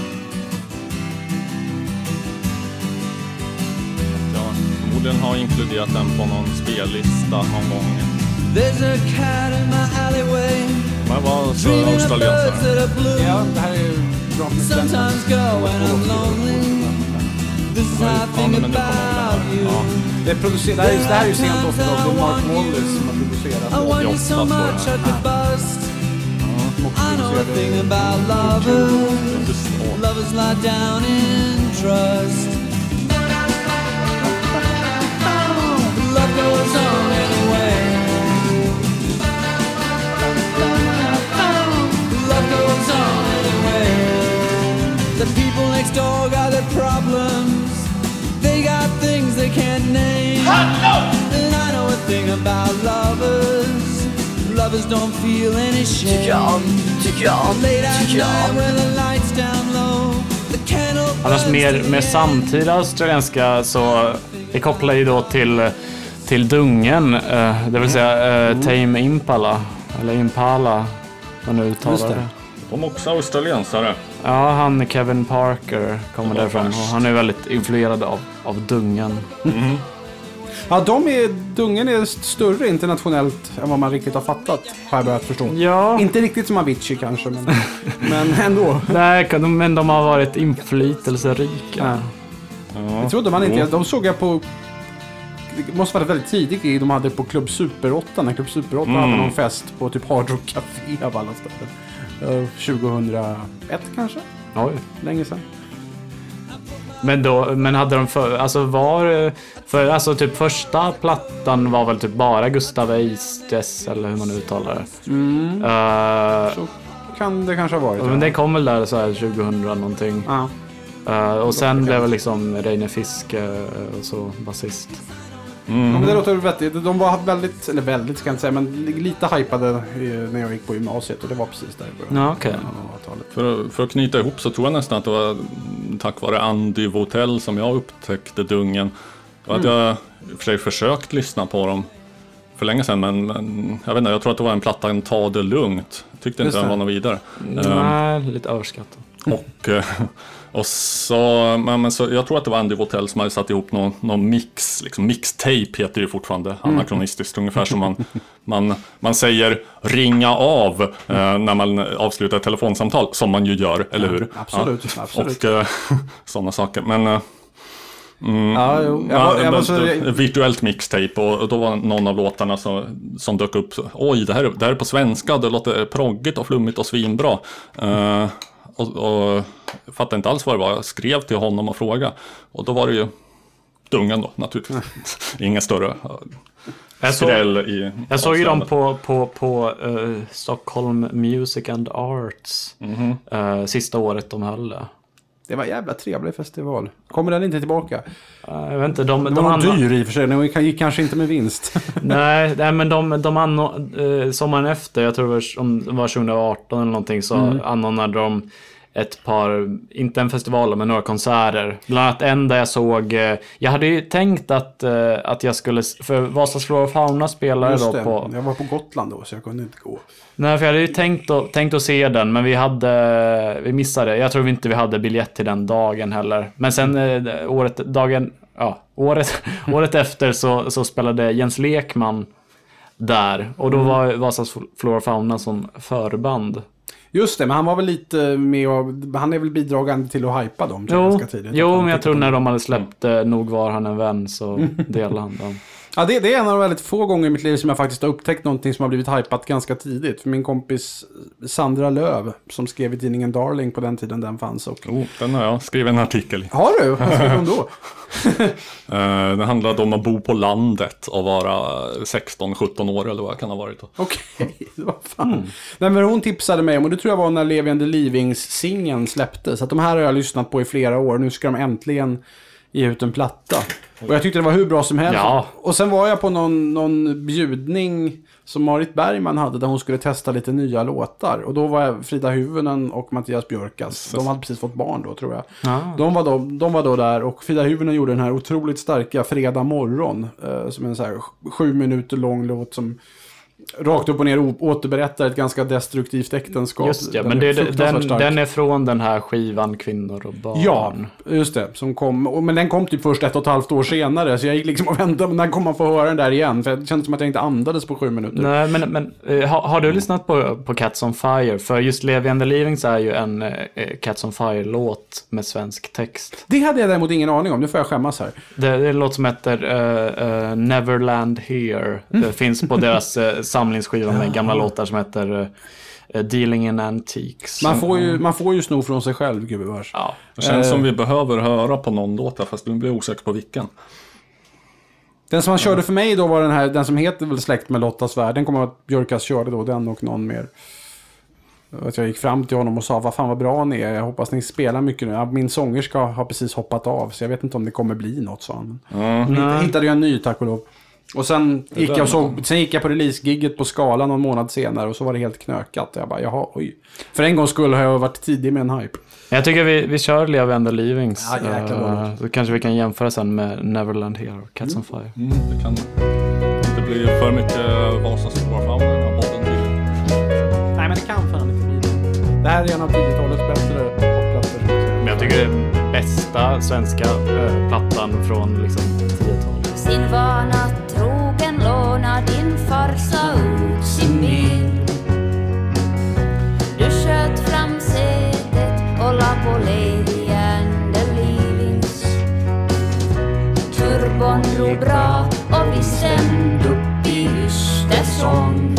Ja, förmodligen har inkluderat den på någon spellista någon gång. There's a cat in my alleyway. Men vad så australiensare? Ja, det här är ju bra för Sometimes go when I'm lonely. This is how I think about you. Det producerar, det här är, det här är ju sent ofta av Mark Wallace som har producerat. I want you so much at the bust. I know a thing about lovers. Lovers lie down in trust. Love goes on anyway. Goes on anyway. The people next door got their problems. They got things they can't name. And I know a thing about lovers. Lovers don't feel any shame. Late at night when the lights down low. The candle. Annars mer med samtida australienska så det kopplar ju då till till dungen, det vill säga uh, Tame Impala eller Impala. Man uttalar det. De är också australiensare. Ja, han Kevin Parker kommer därifrån och han är väldigt influerad av, av dungen. Mm. Ja, de är, dungen är större internationellt än vad man riktigt har fattat, har jag börjat förstå. Ja. Inte riktigt som Avicii kanske, men, men ändå. Nej, men de har varit inflytelserika. Ja. Ja. Jag trodde man inte, de såg jag på... Det måste vara väldigt tidigt i de hade på Club Super åtta. När Club Super åtta mm. hade någon fest på typ Hard Rock Café av alla ställen. tjugohundraett kanske? Oj. Länge sedan. Men då, men hade de för, alltså var, för alltså typ första plattan var väl typ bara Gustav Eistes eller hur man uttalar det. Mm. Uh, så kan det kanske ha varit. Men ja. Det kom väl där så här tjugohundra någonting. Ja. Uh, och sen blev det liksom Reine Fiske och så basist. Mm. Ja, men det låter vettigt. De var väldigt, eller väldigt ska jag inte säga, men lite hypade när jag gick på gymnasiet och det var precis där i början. Ja, okay. för, för att knyta ihop så tror jag nästan att det var tack vare Andy Votel som jag upptäckte dungen. Och att mm. jag i och för sig försökt lyssna på dem för länge sedan, men, men jag vet inte, jag tror att det var en platta en Ta det lugnt. Tyckte inte den var något vidare. Nej, um, lite överskattad. Och... Och så, men så, jag tror att det var Andy Votel som hade satt ihop någon, någon mix, liksom mixtape heter det fortfarande, mm. anakronistiskt, ungefär som man, man, man säger ringa av eh, när man avslutar ett telefonsamtal, som man ju gör, eller hur? Ja, absolut, ja. absolut. Och eh, sådana saker, men... Eh, Mm, ja, jo, jag var, jag var så... virtuellt mixtape och, och då var någon av låtarna som, som dök upp. Oj, det här, det här är på svenska, det låter proggigt och flummigt och svinbra. Uh, och, och jag fattade inte alls vad det var. Jag skrev till honom och frågade. Och då var det ju dungen då, naturligtvis. Ingen större jag såg, i jag såg ju dem på, på, på uh, Stockholm Music and Arts mm-hmm. uh, sista året de höll det. Det var en jävla trevlig festival. Kommer den inte tillbaka? Jag vet inte, de, det de var anno... dyr i och för sig. Den gick kanske inte med vinst. nej, nej, men de, de anno... eh, sommaren efter, jag tror det var, om det var tjugo arton eller någonting, så mm. anordnade de ett par, inte en festival men några konserter. Bland annat en där jag såg, jag hade ju tänkt att, att jag skulle, för Vasas Flora och Fauna spelade då på... Jag var på Gotland då så jag kunde inte gå. Nej, för jag hade ju tänkt, att, tänkt att se den, men vi hade, vi missade. Jag tror inte vi hade biljett till den dagen heller. Men sen året, dagen, ja, året, året efter så, så spelade Jens Lekman där. Och då var Vasas Flora och Fauna som förband. Just det, men han var väl lite med och, han är väl bidragande till att hypa dem jo, ganska tidigt. Jo, men jag tror när de hade släppt mm. Nog var han en vän så delade han dem. Ja, det, det är en av de väldigt få gånger i mitt liv som jag faktiskt har upptäckt någonting som har blivit hypat ganska tidigt. För min kompis Sandra Löv, som skrev i tidningen Darling på den tiden den fanns. Och... Oh, den har jag skrivit en artikel i. Har du? Vad skrev du då? uh, det handlade om att bo på landet och vara sexton sjutton år eller vad jag kan ha varit. Okej, okay. Vad fan. Mm. Nej, men hon tipsade mig om, och det tror jag var när Levi and the Leavings-singeln släpptes. Så att de här har jag lyssnat på i flera år. Nu ska de äntligen ge ut en platta. Och jag tyckte det var hur bra som helst. Ja. Och sen var jag på någon, någon bjudning som Marit Bergman hade där hon skulle testa lite nya låtar. Och då var jag Frida Hyvönen och Mattias Björkas. De hade precis fått barn då, tror jag. Ah. De, var då, de var då där och Frida Hyvönen gjorde den här otroligt starka Fredag morgon. Eh, som en så här sju minuter lång låt som rakt upp och ner återberättar ett ganska destruktivt äktenskap. Just ja, men det, den, den är från den här skivan Kvinnor och barn. Ja, just det. Som kom, men den kom typ först ett och ett halvt år senare. Så jag gick liksom och väntade, men när kommer man få höra den där igen? För det kändes som att jag inte andades på sju minuter. Nej, men, men har, har du lyssnat på, på Cats on Fire? För just Levi and the Leavings är ju en eh, Cats on Fire-låt med svensk text. Det hade jag däremot ingen aning om. Nu får jag skämmas här. Det, det är en låt som heter uh, uh, Neverland Here. Mm. Det finns på deras uh, samlingsskiva med gamla låtar som heter uh, Dealing in Antiques. Man får ju, man får ju sno från sig själv, gubevars. Ja. Det känns uh, som vi behöver höra på någon låt där, fast du blir osäker på vilken. Den som han körde för mig då var den här, den som heter väl Släkt med Lottas värld. Den kommer att Björkas körde då, den och någon mer. Att jag gick fram till honom och sa, vad fan vad bra ni är. Jag hoppas ni spelar mycket nu. Min sångerska har precis hoppat av, så jag vet inte om det kommer bli något, sa han. Mm. Jag hittade jag en ny, tack och lov. Och sen gick, jag och såg, sen gick jag på release-gigget på Skala någon månad senare och så var det helt knökat. Jag bara, jaha, oj. För en gång skulle har jag varit tidig med en hype. Jag tycker vi, vi kör Levi and the Leavings. Ja, jäklar, uh, så kanske vi kan jämföra sen med Neverland Here och Cats on Fire. Mm, det kan inte bli för mycket Vasas Flora och Fauna i den här podden till. Nej, men det kan fan inte bli det. Det här är en av tio-talets bättre popplattor. Men jag tycker det är bästa svenska äh, plattan från liksom tio-talet. Sin vana trogen låna din farsa ut sin bil. Du sköt fram sätet och la på Levi and the Leavings. Turbon drog bra och vi stämde upp i ystersång.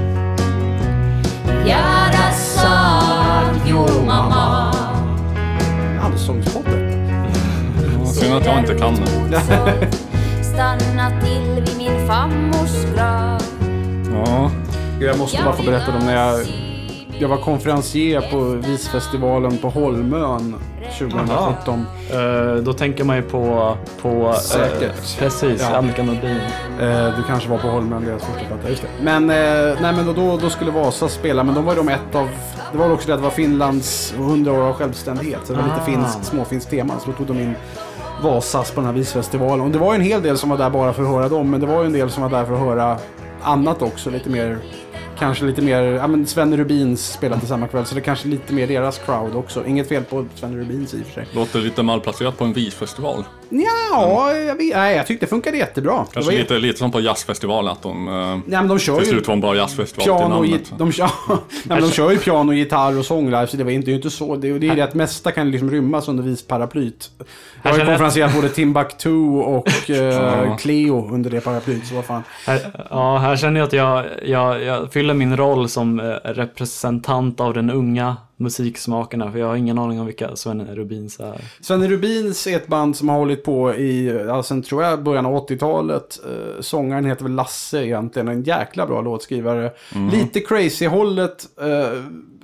Jada sa jo mamma. Allsångspodden. Synd att jag inte kan det. Stanna till vid min farmors grav. Ja. Jag måste bara få berätta om när jag Jag var konferencier på Visfestivalen på Holmön tjugohundrasjutton. Uh, då tänker man ju på, på Säkert. Uh, precis, ja. Annika Nordin. Uh, du kanske var på Holmön, deras första platta, just det. Men, uh, nej, men då, då, då skulle Vasa spela, men de var ju de ett av... Det var också det att det var Finlands hundra år av självständighet, så det var ah. lite finsk, småfinsk tema, så då tog de in Vasas på den här Visfestivalen. Och det var ju en hel del som var där bara för att höra dem, men det var ju en del som var där för att höra annat också, lite mer... Kanske lite mer, ja men Sven Rubins spelade till samma kväll, så det är kanske lite mer deras crowd också. Inget fel på Sven Rubins i och för sig. Låter lite malplacerat på en visfestival. Ja, mm. jag, vet, nej, jag tyckte det funkade jättebra. Kanske det lite, lite som på jazzfestival, att de, ja, men de kör till ju slut var en bra jazzfestival piano, till namnet. De kör, nej, men de kör ju piano, gitarr och sånglive, så det var inte, inte så. Det, det är det att mesta kan liksom rymmas under visparaplyt. Jag har ju konferenserat både Timbuktu och uh, Cleo under det paraplyt, så vad fan. Här, ja, här känner jag att jag, jag, jag fyller min roll som representant av den unga musiksmakerna, för jag har ingen aning om vilka Sven Rubins är. Sven Rubins är ett band som har hållit på i, alltså, tror jag, början av åttiotalet. Eh, sångaren heter väl Lasse egentligen, en jäkla bra låtskrivare. Mm. Lite crazy-hållet, eh,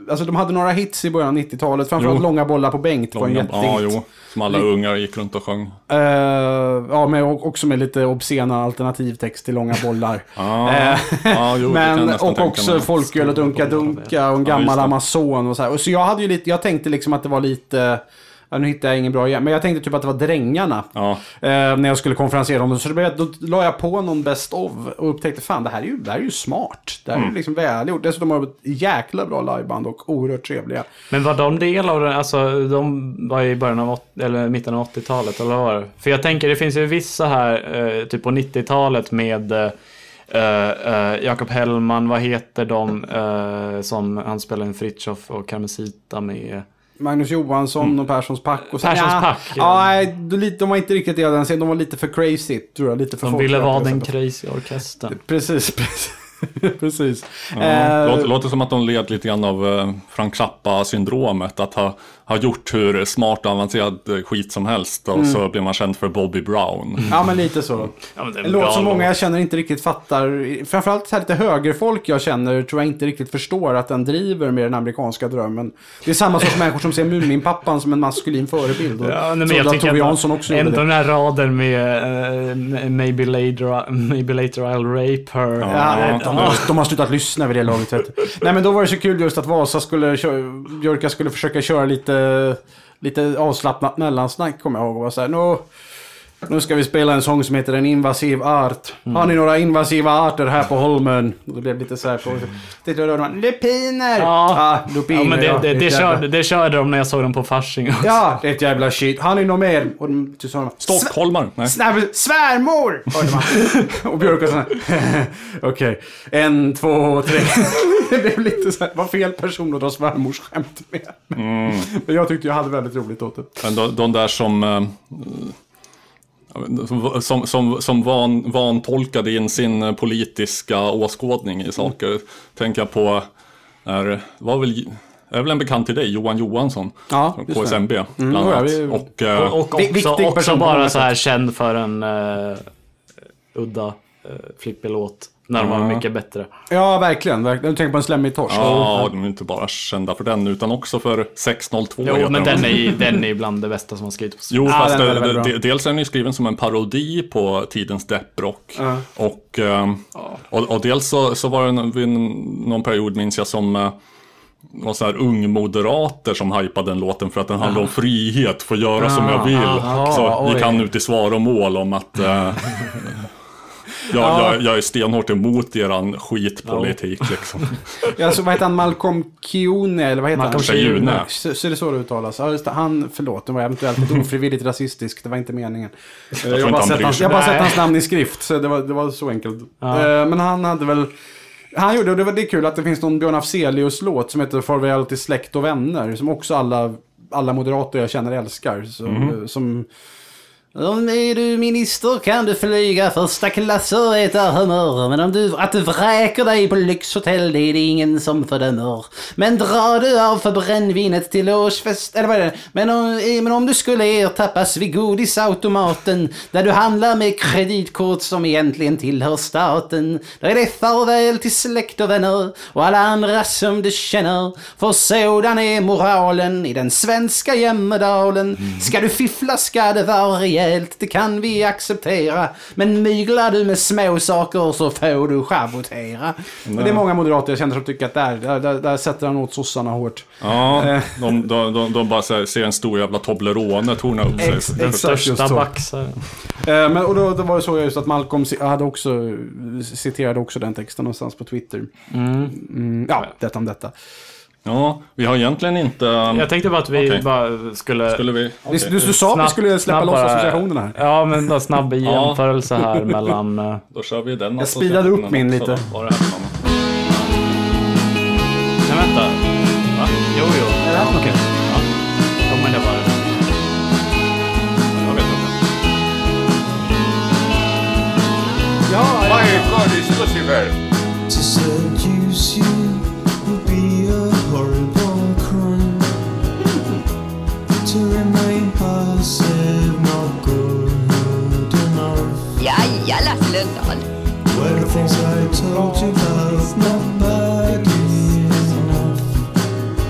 alltså de hade några hits i början av nittiotalet. Framförallt Jo. Långa bollar på bänk var en Långa, jättehit. ja, jo. Som alla ungar gick runt och sjöng. Uh, ja, men också med lite obscena alternativtext till Långa bollar. Ah, uh, ja, jo, det kan jag men, nästan och tänka också mig. Folköl och Dunka Dunka och en Ja, gammal just det. Amazon och så här. Och så jag hade ju lite, jag tänkte liksom att det var lite... Ja, nu hittade jag ingen bra igen. Men jag tänkte typ att det var Drängarna. Ja. Eh, när jag skulle konferensera om det. Så det blev, då la jag på någon best of. Och upptäckte, fan det här är ju, det här är ju smart. Det här är ju Mm. liksom välgjort. Dessutom har de ett jäkla bra liveband och oerhört trevliga. Men var de del av det? Alltså de var i början av åt- eller mitten av åttiotalet eller vad var det? För jag tänker det finns ju vissa här eh, typ på nittiotalet med eh, eh, Jakob Hellman, vad heter de eh, som han spelar en Fritjof och Carmencita med? Magnus Johansson och Perssons pack. Och så, Perssons ja, pack, Ja, ja. nej, de, lite- de var inte riktigt det den scenen. De var lite för crazy, tror jag. Lite för De ville folkliga vara på det den sättet. crazy orkestern. Precis, precis. precis. Ja, Eh, låter, låter som att de led lite grann av eh, Frank Zappa-syndromet. Att ha, ha gjort hur smart och avancerad eh, skit som helst. Och så blir man känd för Bobby Brown. Ja, men lite så. Ja, men det är En låt bra som många låt. jag känner inte riktigt fattar. Framförallt så här lite högerfolk jag känner tror jag inte riktigt förstår att den driver med den amerikanska drömmen. Det är samma sorts människor som ser Muminpappan som en maskulin förebild. Och Ja, nej, men trodde jag att tycker Tove att Jansson också en gjorde av det. den här raden med uh, maybe, later, maybe later I'll rape her. Ja, Ja, de, de, de har slutat lyssna vid det laget. Vet du. Nej, men då var det så kul just att Vasa skulle köra, Björka skulle försöka köra lite, lite avslappnat mellansnack, kommer jag ihåg. Och var så här, nu, nu ska vi spela en sång som heter En invasiv art. Har ni några invasiva arter här på Holmen? Och det blev lite så här på... Tittade och då, lupiner! Ja. ah, lupiner, Ja, men det, ja, det, är det, ett jävla- körde, det körde de när jag såg dem på Fasching också. Ja, det är ett jävla shit. Har ni något mer? Och de, så sa de, Stockholmar? Nej. Snäbb, svärmor! Hörde man. Och Björk var såhär, okej, en, två, tre. Det blev lite såhär, var fel person att dra svärmors skämt med. Mm. Men jag tyckte jag hade väldigt roligt åt det. Men de, de där som... eh, Som, som, som, som van, vantolkade in sin politiska åskådning i saker. Tänker jag på, är, var väl, är väl en bekant till dig, Johan Johansson, Ja, just K S M B, det. bland Mm, annat. ja, vi- och, eh, Och, och Vi- också, viktig person också på bara många så här sätt. känd för en uh, udda uh, flippig låt. När de var Ja. mycket bättre. Ja, verkligen. verkligen. Du tänker på en slemmig torsk. ja, de är inte bara kända för den, utan också för sex noll två. Jo, heter men den. den är, den är bland det bästa som har skrivits på. Jo, Ja, fast den är det, väldigt bra. det, dels är den ju skriven som en parodi på tidens depprock. Ja. Och, ehm, och, och dels så, så var det en- vid en- någon period, minns jag, som eh, var så här ungmoderater som hypade den låten för att den handlar om frihet, få göra som jag vill. aha, Så oj. gick han ut i svar och mål om att eh, jag, Ja. jag, jag är stenhårt emot eran skitpolitik liksom. Alltså, vad heter han? Malcolm Kione, eller vad heter Malcolm han? Kiune. Så, så är det så det uttalas. Ja, just det. Han, förlåt, det var eventuellt lite ofrivilligt rasistisk. Det var inte meningen. Jag, inte har bara han sett bryr hans, sig. jag har bara sett Nej. hans namn i skrift, så det var, det var så enkelt. Ja. Eh, Men han hade väl... Han gjorde, och det var det är kul att det finns någon Björn Afzelius-låt som heter Farväl till släkt och vänner, som också alla, alla moderater jag känner älskar. Så, Mm. som... Om är du minister kan du flyga första klass och äta humör. Men om du, att du vräker dig på lyxhotell, det är det ingen som fördömer. Men drar du av för brännvinet till årsfest, eller vad är det? Men om, men om du skulle ertappas vid godisautomaten, där du handlar med kreditkort som egentligen tillhör staten, då är det farväl till släkt och vänner och alla andra som du känner. För sådan är moralen i den svenska Jämmerdalen. Ska du fiffla ska det vara rejält, det kan vi acceptera. Men myglar du med små saker så får du schabotera. Och det är många moderater jag känner som tycker att där, där, där, där sätter han åt sossarna hårt. Ja, de, de, de, de bara så här, ser en stor jävla Toblerone torna upp sig. Ex- Den exakt just största så. baxaren. Eh, Men, och då, då var det så just att Malcolm ci- hade också, citerade också den texten någonstans på Twitter. Mm, ja, detta om detta. Ja, vi har egentligen inte... Jag tänkte bara att vi Okej. bara skulle... Skulle vi... Vi- okej. Du, du sa att vi Snabb- skulle släppa snabb loss bara- associationerna här. Ja, men bara snabb jämförelse här mellan... eh, Då kör vi den. Jag speedade upp min också lite. då. Vad är det här för något? Nej, vänta. Va? Jo, jo. Är det här för något? Okej. Ja. Ja, men det var det. Jag vet inte. Ja, ja. My God, it's Lucifer. To seduce you would be a horrible crime. To remain passive, not good enough. Jaja, Lasse Lundahl. Were the things I told you about not bad enough?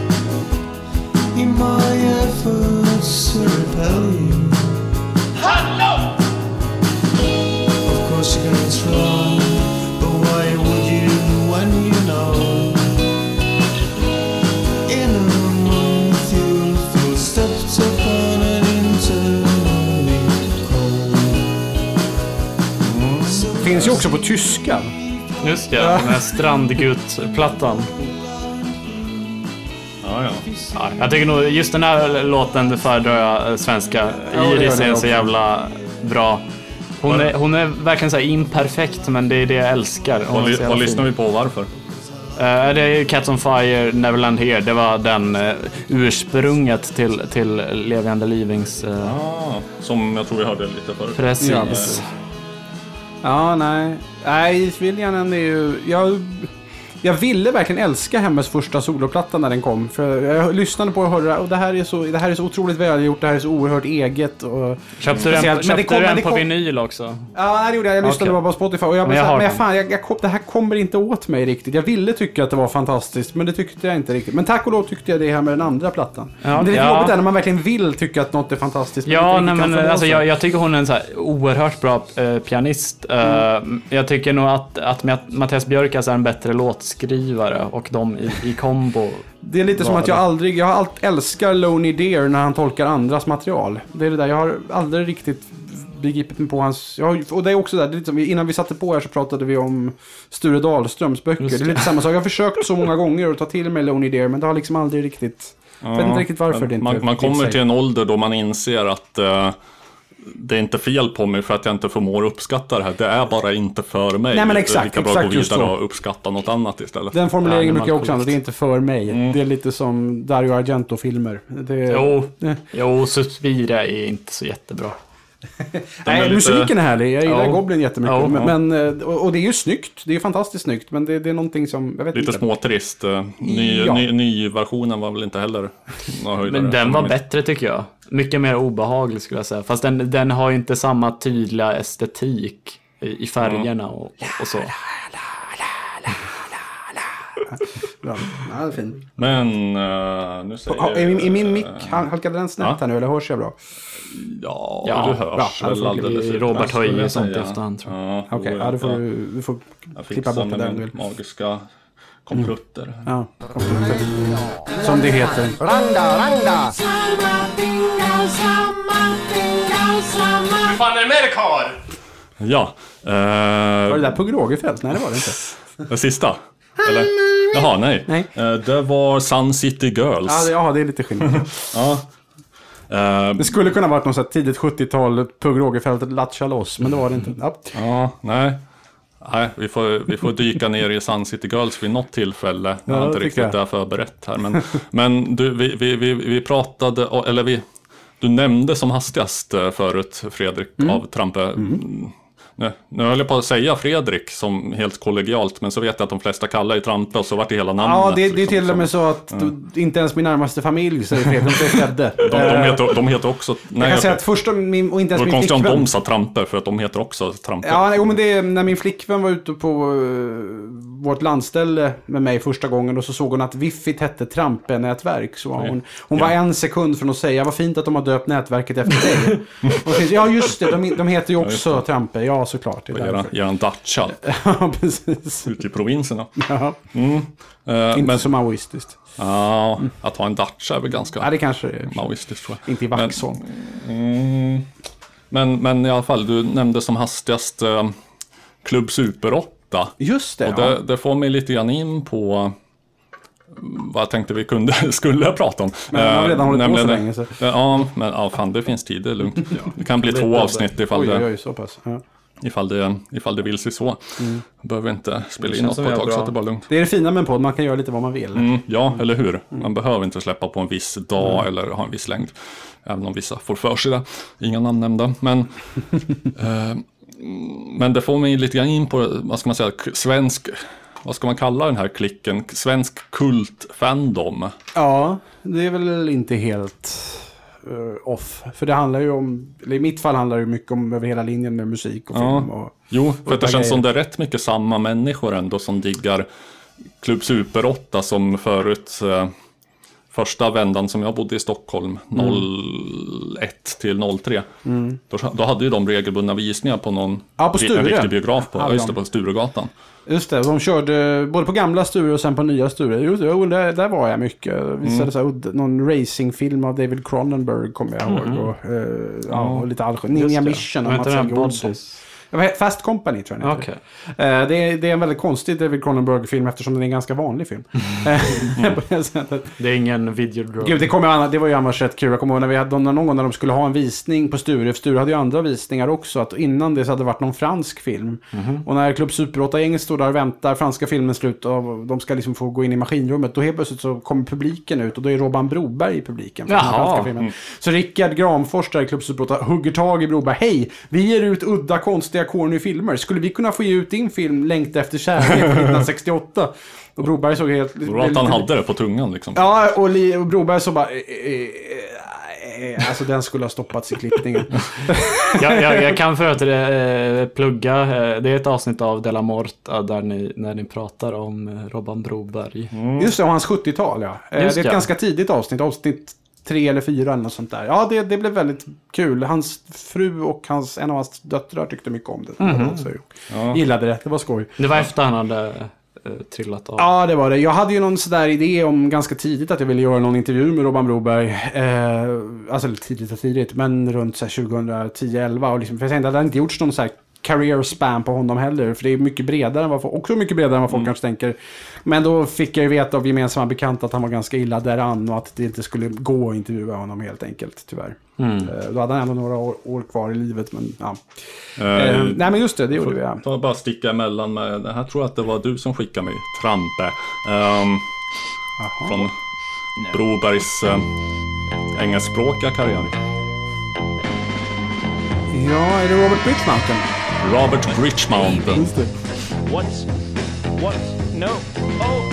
också på tyska. Just det, den här Strandgut-plattan. Ja, ja. Ja, jag tycker nog just den här låten föredrar jag svenska. Ja, Iris är så också. jävla bra. Hon är, hon är verkligen så här imperfekt, men det är det jag älskar. Hon Vad, är li- så jävla vad fin. lyssnar vi på och varför? Uh, det är ju Cats on Fire, Neverland Here. Det var den uh, ursprunget till, till Levande Livings. Uh, Ah, som jag tror vi hörde lite förut. precis. Ja, Ja, nej. Nej, Isviljanen är ju... Jag, jag ville verkligen älska hennes första soloplatta när den kom. För jag lyssnade på och hörde och det här är så, det här är så otroligt välgjort. Det här är så oerhört eget. Och Köpte du den, speciellt- köpte det kom- du den det på kom- vinyl också? Ja, nej, det gjorde jag. Jag lyssnade Okej. bara på Spotify. Och jag, Men men jag jag, har men jag, den. fan, jag, jag, kom- det här kommer inte åt mig riktigt. Jag ville tycka att det var fantastiskt, men det tyckte jag inte riktigt. Men tack och lov tyckte jag det här med den andra plattan. Ja, men det är lite ja. jobbigt där när man verkligen vill tycka att något är fantastiskt. men Ja, inte nej, riktigt kan men förmå alltså, sig. jag, jag tycker hon är en så här oerhört bra eh, pianist. Eh, jag tycker nog att, att Matt- Mattias Björk är en bättre låtskrivare och de i, i kombo. Det är lite som var att jag det. aldrig, jag har allt älskar Lonely Deer när han tolkar andras material. Det är det där, jag har aldrig riktigt begripit mig på hans, jag har, och det är också där, det är lite som, innan vi satte på här så pratade vi om Sture Dahlströms böcker. Just Det är lite samma sak, jag har försökt så många gånger att ta till mig Lonely Deer, men det har liksom aldrig riktigt, jag vet inte riktigt varför men det inte man, man det kommer sig. till en ålder då man inser att uh, det är inte fel på mig för att jag inte förmår uppskatta det här. Det är bara inte för mig. Nej, men Det är exakt, lika bra exakt att gå just vidare så. och uppskatta något annat istället. Den formuleringen Ja, brukar jag man också använda, det är inte för mig. Mm. Det är lite som Dario Argento-filmer. Det, Jo, Eh. jo, Suspiria är inte så jättebra. Nej, är lite- musiken är härlig. Jag gillar Ja. Goblin jättemycket. Ja, men, men, och, och det är ju snyggt. Det är ju fantastiskt snyggt. Men det, det är någonting som, jag vet Lite inte. småtrist. Uh, ny, Ja. ny, ny versionen var väl inte heller några höjdare. Men den var bättre tycker jag. Mycket mer obehaglig skulle jag säga. Fast den, den har ju inte samma tydliga estetik i, i färgerna och, och så. Ja, ja, det är fint. Men uh, nu säger... Ha, är, min, är min mick hal- halkade den snett Ja. här nu eller hörs jag bra? Ja, Ja, du hörs bra. väl Ja, alldeles vi- utmärkt, Robert har skulle i jag sånt i säga. efterhand, tror jag. Ja, Okej, och, ja, du får, ja, du, du får jag klippa fixar bort det med där om du min vill. magiska komplutter. Ja, som det heter. Hur fan är det med det, karl? Ja. Var det Uh, där Pugh Rogefeldt? Nej, det var det inte. den sista? Eller? Jaha, nej. Nej. Eh, det var Sun City Girls. Ja, det, ja, det är lite skillnad. Ja. Eh, Det skulle kunna varit något så här tidigt sjuttiotal Pugh Rogefeldt latcha loss, men det var det inte. Ja. ja, nej. Nej, vi får, vi får dyka ner i Sun City Girls vid något tillfälle. Jag har Ja, inte det riktigt tycker jag. det förberett här. Men, men du, vi, vi, vi, vi pratade, eller vi, du nämnde som hastigast eh, förut, Fredrik, Mm. av Trampe. Mm. Nu, nu höll jag på att säga Fredrik som helt kollegialt, men så vet jag att de flesta kallar i Trampe och så vart det hela namnet. Ja, det, det är liksom, till och med så att du, inte ens min närmaste familj säger Fredrik, de säger Fredde. De, de, heter, de heter också... Jag kan jag- säga att första, min, och inte det ens var min konstigt om flickvän. de sa Trampe, för att de heter också Trampe. Ja, nej, jo, men det är när min flickvän var ute på uh, vårt landställe med mig första gången och så såg hon att Wiffit hette Trampe-nätverk. Så var hon, hon var en sekund från att säga, vad fint att de har döpt nätverket efter dig. Och så, ja, just det, de, de heter ju också Trampe. Ja, såklart. Det är Eran, därför. eran dacha Ja, precis. ute i provinserna. Ja, Mm. Eh, inte men så maoistiskt. ja, att ha en dacha är väl ganska Ja, det kanske är. maoistiskt, tror jag. Inte i Vaxholm. Mm, men, men i alla fall, du nämnde som hastigast eh, Klubb Super åtta. Just det, Och ja. det, det får mig lite grann in på vad jag tänkte vi kunde, skulle prata om. Men man har redan hållit på nämligen så det- länge, så. Ja, men ja, fan, det finns tid, det är lugnt. Det kan bli två avsnitt ifall Oj, oj, det, oj, så pass. Ja. ifall det, ifall det vill sig så. Behöver inte spela Det in känns något som på ett vi tag har så bra- att det är bara lugnt. Det är det fina med en podd, man kan göra lite vad man vill. Mm, ja, eller hur? Man behöver inte släppa på en viss dag eller ha en viss längd. Även om vissa får för sig det. Inga namn nämnda. Men, eh, men det får mig lite grann in på, vad ska man säga, k- svensk, vad ska man kalla den här klicken? Svensk kult-fandom. Ja, det är väl inte helt uh, off. För det handlar ju om, eller i mitt fall handlar det ju mycket om över hela linjen med musik och Ja. film. Och, Jo, för att det och känns som det grejer. är rätt mycket samma människor ändå som diggar Klubb Super åtta som förut. Eh, första vändan som jag bodde i Stockholm, noll ett till noll tre. Mm. Då, då hade ju de regelbundna visningar på någon Ja, på Sture. en riktig biograf på, Hade ja, just det, de. på Sturegatan. Just det, de körde både på gamla Sture och sen på nya Sture. Just det, och där, där var jag mycket. Visade så här, udd- någon racingfilm av David Cronenberg kommer jag ihåg. Och, eh, ja, och lite allskönt. Ninja Mission och Vad heter Mats den? Helge Olsson. Bodies? Fast Company tror jag. Okay. Det, är, det är en väldigt konstig David Cronenberg-film eftersom den är en ganska vanlig film. Mm. Det är ingen videodrog. Gud, det, kom, det var ju annars rätt kul. Jag kommer ihåg när vi hade någon gång när de skulle ha en visning på Sture. Sture hade ju andra visningar också. Att innan det så hade det varit någon fransk film. Mm-hmm. Och när Club Super åtta-gänget står där och väntar franska filmen slut och de ska liksom få gå in i maskinrummet. Då helt plötsligt så kommer publiken ut och då är Robban Broberg i publiken. För den franska filmen. Mm. Så Rickard Granfors där i Club Super åtta hugger tag i Broberg. Hej, vi ger ut udda, konstiga, corny filmer. Skulle vi kunna få ge ut din film Längta efter kärlek från nittonhundrasextioåtta? Och Broberg såg helt... Det var att han hade det på tungan liksom. Ja, och, li, och Broberg så bara... Eh, eh, alltså den skulle ha stoppats i klippningen. jag, jag, jag kan för att eh, plugga. Eh, det är ett avsnitt av Della Morta där ni, när ni pratar om eh, Robban Broberg. Mm. Just det, om hans sjuttiotal, ja. Eh, det är ett ja. ganska tidigt avsnitt. Avsnitt tre eller fyra eller något sånt där. Ja, det, det blev väldigt kul. Hans fru och hans, en av hans döttrar tyckte mycket om det. Mm-hmm. Så ja. Gillade det, det var skoj. Det var efter han hade eh, trillat av. Ja, det var det. Jag hade ju någon sådär idé om ganska tidigt att jag ville göra någon intervju med Robban Broberg. Eh, alltså tidigt och tidigt, men runt så här tjugohundratio elva. Och liksom, för jag tänkte att det hade inte gjorts någon så här career span på honom heller. För det är mycket bredare än vad folk, också mycket bredare än vad folk mm. kanske tänker. Men då fick jag ju veta av gemensamma bekanta att han var ganska illa däran och att det inte skulle gå att intervjua honom helt enkelt, tyvärr. Mm. Då hade han ändå några år, år kvar i livet, men ja. Uh, uh, nej, men just det, det gjorde vi. Ja. Ta bara sticka emellan med, det här tror jag att det var du som skickade mig, Trampe. Um, från no. Brobergs uh, engelskspråkiga karriär. Ja, är det Robert Bridgemountain? Robert Bridgemountain. Just det. What's, what's, no, oh.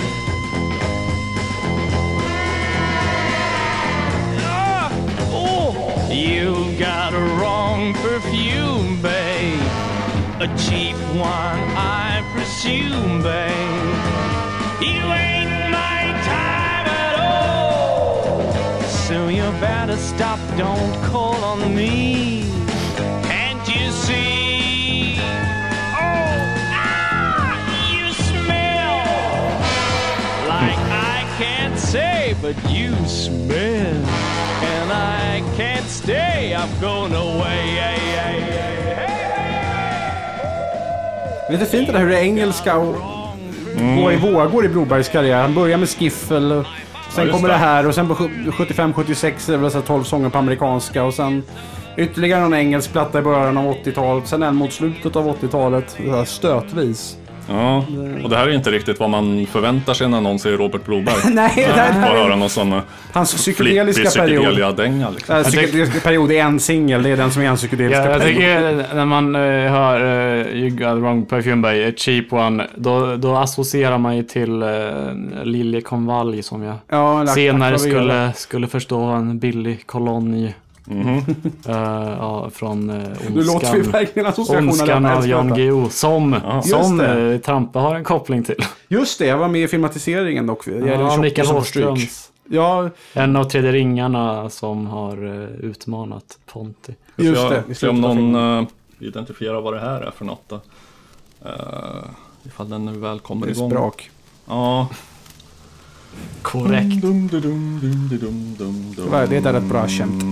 Ah, oh. You got a wrong perfume, babe. A cheap one, I presume, babe. You ain't my time at all. So you better stop, don't call on me. You see, oh, ah, you smell like I can't say, but you smell, and I can't stay. I'm going away. Hey, hey, hey, hey. Det är lite fint det där hur det är engelska och mm. går i vågor i Brobergs karriär. Han börjar med skiffel och sen ja, kommer det. det här och sen på sjuttiofem sjuttiosex är det väl så tolv sånger på amerikanska och sen ytterligare någon engelsk platta i början av åttiotalet. Sen en mot slutet av åttiotalet. Stötvis. Ja, och det här är inte riktigt vad man förväntar sig när någon säger Robert Broberg. Nej, det här är... höra någon sån hans psykedeliska period. Dänga, liksom. äh, Psykedeliska period är en singel. Det är den som är en psykedeliska ja, jag period. tycker när man uh, hör uh, You Got the Wrong Perfume by a Cheap One, då, då associerar man ju till uh, Liljekonvalj som jag ja, senare skulle, skulle förstå en billig kolonj. Mm-hmm. uh, ja, från uh, Ondskan, Ondskan av Jan Guillou som, ja, som uh, Trampe har en koppling till. Just det, jag var med i filmatiseringen dock. Ja, Mikael Hårdströms. Ja. En av tredje ringarna som har uh, utmanat Ponti. Just det. Jag, om någon uh, identifierar vad det här är för något då. Uh, ifall den nu väl kommer igång. Det är språk. Ja. Korrekt. Dum, dum, dum, dum, dum, dum, dum. Det är ett bra skämt.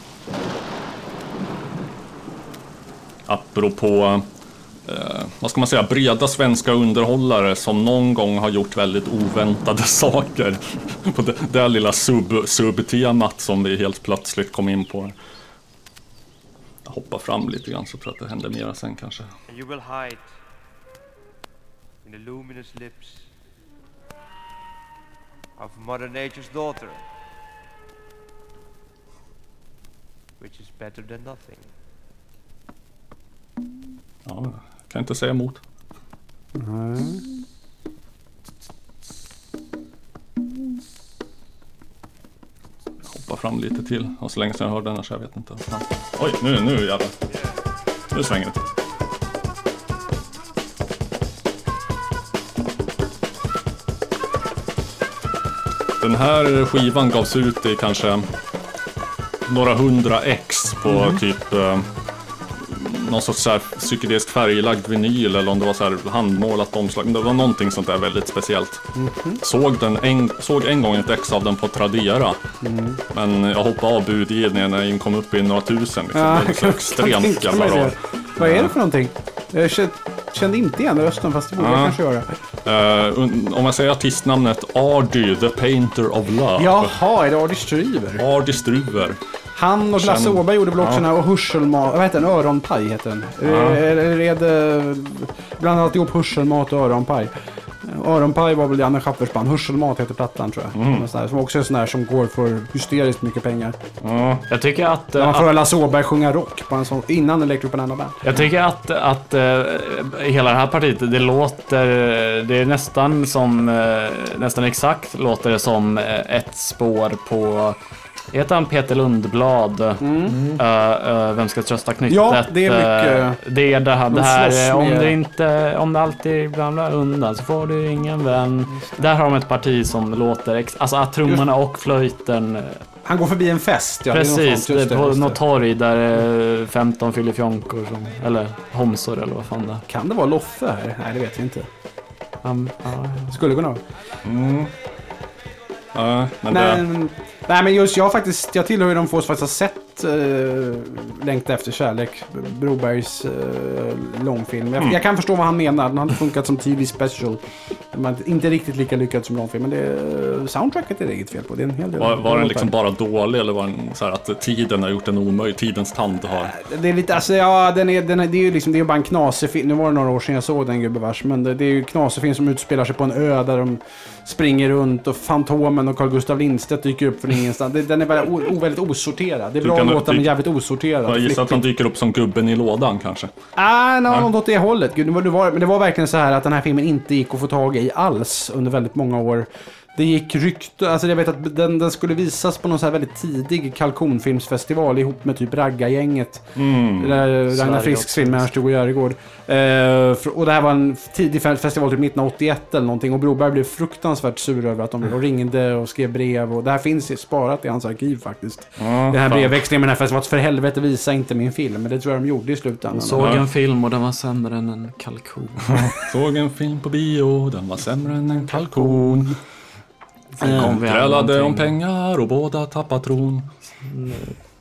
Apropå eh, vad ska man säga, breda svenska underhållare som någon gång har gjort väldigt oväntade saker på det, det lilla sub, subtemat som vi helt plötsligt kom in på. Jag hoppar fram lite grann så tror jag att det händer mera sen kanske. You will hide in the luminous lips of Mother Nature's daughter, which is better than nothing. Ja, kan inte säga emot. Nej. Hoppa fram lite till. Och så länge sedan jag hörde den så jag vet inte. Oj, nu, nu jävlar. Nu svänger det. Den här skivan gavs ut i kanske några hundra ex på mm. typ någon sorts så här psykedelisk färglagd vinyl eller om det var så här handmålat omslag. Det var någonting sånt där väldigt speciellt. Mm-hmm. Såg, den en, såg en gång ett ex av den på Tradera. Mm. Men jag hoppade av budgivningen när den kom upp i några tusen. Liksom. Ja, det är så extremt jävla rar. Vad är det för någonting? Jag kände inte igen rösten fast det borde ja. jag kanske göra. Uh, om jag säger artistnamnet Ardy, The Painter of Love. Jaha, är det Ardy Struver? Ardy Struver. Han och Lasse Åberg gjorde väl också ja. den här och hörselmat, vad heter den? Öronpaj heter den. Ja. Eller är det bland annat ihop hörselmat och öronpaj. Öronpaj var väl Janne Schaffers band. Hörselmat heter plattan tror jag. Mm. Som också är sån där som går för hysteriskt mycket pengar. Ja. Jag tycker att... Man får att, Lasse Åberg sjunga rock på en sån, innan Electric Banana Band. Jag tycker att, att uh, hela det här partiet, det låter... Det är nästan som... Uh, nästan exakt låter det som uh, ett spår på... Heter han Peter Lundblad? Mm. Uh, uh, Vem ska trösta knyttet? Ja, det är mycket... Uh, det är det här, det här om, det inte, om det alltid blandar undan så får du ingen vän. Där har de ett parti som låter... Ex- alltså att trummorna och flöjten... Han går förbi en fest. Ja, precis, det är det, på något torg där femton fyllefjonkor som... Eller homsor eller vad fan det är. Kan det vara Loffe här? Nej, det vet jag inte. Um, uh, Skulle kunna vara. Mm. Uh, men Nej, det... Nej men just jag faktiskt, jag tillhör ju de få som faktiskt har sett uh, Längta efter kärlek, Brobergs uh, långfilm. Jag, mm. jag kan förstå vad han menar, den hade funkat som T V special. Men inte riktigt lika lyckad som långfilm, men det, soundtracket är det inget fel på. Det är en hel del. Var, var den liksom bara dålig eller var den så här att tiden har gjort den omöjlig, tidens tand har... Det är lite, alltså ja, den är, den är, det är ju liksom, det är ju bara en knasig film. Nu var det några år sedan jag såg den gubbevars, men det, det är ju en knasig film som utspelar sig på en ö där de springer runt och Fantomen och Carl Gustav Lindstedt dyker upp från ingenstans. Det, den är bara o, o, väldigt osorterad. Det är bra att låta men jävligt osorterad. Jag gissar att han dyker upp som gubben i lådan kanske. Ah, no, ja, något åt det hållet. Gud, det var, men det var verkligen så här att den här filmen inte gick att få tag i alls under väldigt många år. Det gick rykte, alltså jag vet att den, den skulle visas på någon så här väldigt tidig kalkonfilmsfestival ihop med typ Ragga-gänget. Mm. Ragnar Frisks film med Ernst Hugo Järegård. Uh, och det här var en tidig festival typ nittonhundraåttioett eller någonting. Och Broberg blev fruktansvärt sur över att de mm. ringde och skrev brev. Och det här finns sparat i hans arkiv faktiskt. Mm, den här brevväxlingen med den här festivalen. För helvete, visa inte min film. Men det tror jag de gjorde i slutändan. Jag såg en film och den var sämre än en kalkon. Såg en film på bio, den var sämre än en kalkon. Mm. Trälade om pengar och båda tappade tron. Mm.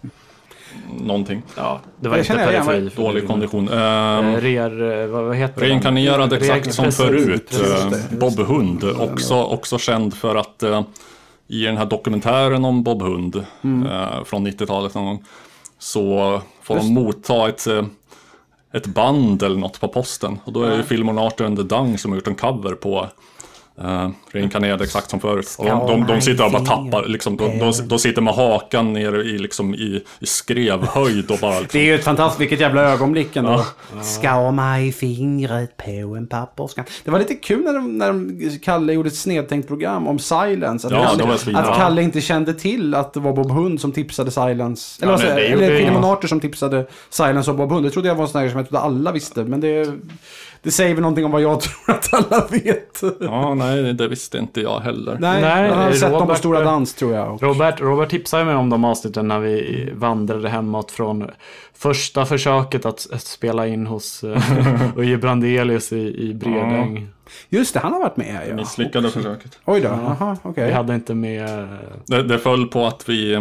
Någonting. Ja, det var jag inte periferi. Dålig kondition. Um, Rer, vad heter reinkarnerad exakt Re- som precis, förut. Precis. Uh, Bob Hund. Också, också känd för att uh, i den här dokumentären om Bob Hund mm. uh, från nittiotalet någon gång, så får Just. de motta ett, uh, ett band eller något på posten. Och då är det filmen Arthur and the Dung som har gjort en cover på Uh, reinkarnerad exakt som förut. De, de, de sitter och bara tappar liksom, de, de, de sitter med hakan ner i, liksom, i, i skrevhöjd och bara, liksom. Det är ju ett fantastiskt, vilket jävla ögonblick ändå. Ja. Ska mig fingret på en papperskant. Det var lite kul när, de, när de, Kalle gjorde ett snedtänkt program om Silence. Att, ja, Kalle, det var svin, att ja. Kalle inte kände till att det var Bob Hund som tipsade Silence. Eller, ja, alltså, det, det, eller det, Filmen ja. Arthur som tipsade Silence och Bob Hund. Det trodde jag var en sån här som jag trodde alla visste. Men det... Det säger väl någonting om vad jag tror att alla vet. Ja, nej, det visste inte jag heller. Nej, nej jag har sett Robert, dem på Stora Dans, tror jag. Robert, Robert tipsade mig om de avsnitten när vi vandrade hemåt från första försöket att, att spela in hos och ge Brandelius i, i Bredäng. Ja. Just det, han har varit med. Ja. Misslyckade försöket. Oj då, ja. Aha, okay. Vi hade inte med... Det, det föll på att vi...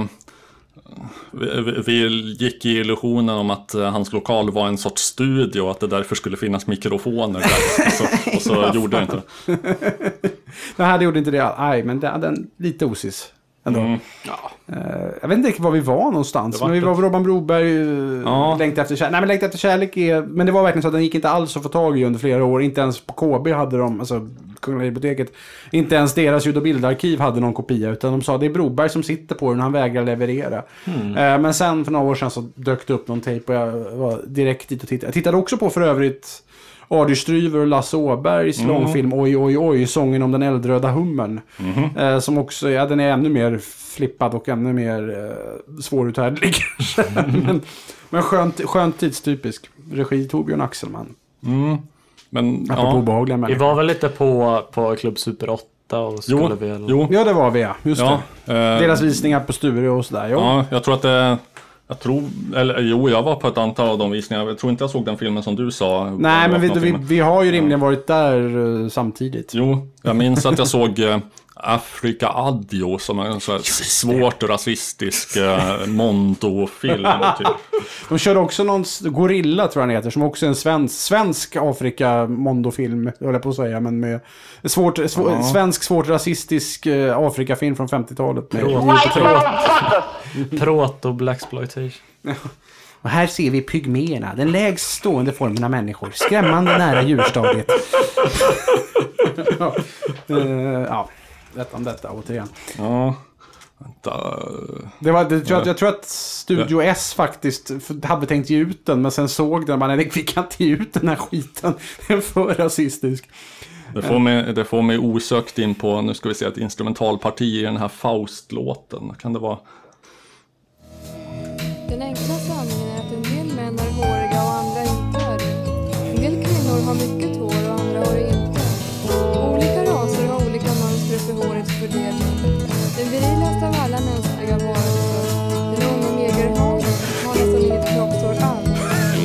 Vi, vi gick i illusionen om att hans lokal var en sorts studio och att det därför skulle finnas mikrofoner där. Och så, och så ja, gjorde det inte det. Nej, det gjorde inte det. Nej, men det hade en lite osis ändå. Mm. Ja. Uh, jag vet inte riktigt var vi var någonstans. Var men vi var på Robban Broberg, ja. Längta efter kärlek. Nej, men Längta efter kärlek är... Men det var verkligen så att den gick inte alls att få tag i under flera år. Inte ens på K B hade de, alltså Kungliga biblioteket, inte ens deras ljud- och bildarkiv hade någon kopia. Utan de sa det är Broberg som sitter på den, han vägrar leverera. Mm. Uh, men sen för några år sedan så dök det upp någon tejp och jag var direkt dit och tittade. Jag tittade också på för övrigt Ardy Struver och Lasse Åbergs mm. långfilm Oj, oj, oj, sången om den eldröda hummern. Mm. Eh, som också, ja, den är ännu mer flippad och ännu mer eh, svåruthärdlig. men men skönt, skönt tidstypisk. Regi Torbjörn Axelman. Mm. Men, apropå obehagliga människor. Vi var väl lite på, på Klubb Super åtta och skulle jo, väl... jo. Ja, det var vi, ja. Just ja, det. Eh, Deras visningar på Sture och sådär. Jo. Ja, jag tror att det Jag tror, eller jo, jag var på ett antal av de visningarna. Jag tror inte jag såg den filmen som du sa. Nej, men vi, vi, vi har ju rimligen varit där uh, samtidigt. Jo, jag minns att jag såg uh, Afrika Addio som en så här svårt rasistisk uh, Mondo-film. Typ. De körde också någon Gorilla, tror jag den heter, som också är en svensk, svensk Afrika-Mondo-film, jag håller på att säga, men med svårt, svår, ja. svensk svårt rasistisk uh, Afrika-film från femtiotalet. Med Proto-blaxploitation. Och här ser vi pygméerna, den lägst stående formen av människor, skrämmande nära djurstadiet. ja. Uh, ja. Detta om detta återigen. Ja, vänta. Det var, det, jag, jag tror att Studio S faktiskt hade tänkt ge ut den, men sen såg den, man nej, vi kan inte ge ut den här skiten. Den är för rasistisk. Det får, mig, det får mig osökt in på, nu ska vi se, ett instrumentalparti i den här Faust-låten. Kan det vara? Den enkla sanningen är att en del män är håriga och andra inte är det. En del kvinnor har mycket hår och andra har det inte. Olika raser har olika mönster för hårets fördelning. Den virilaste av alla mänskliga varelser, den unga negerhanen, har nästan inget kroppshår alls.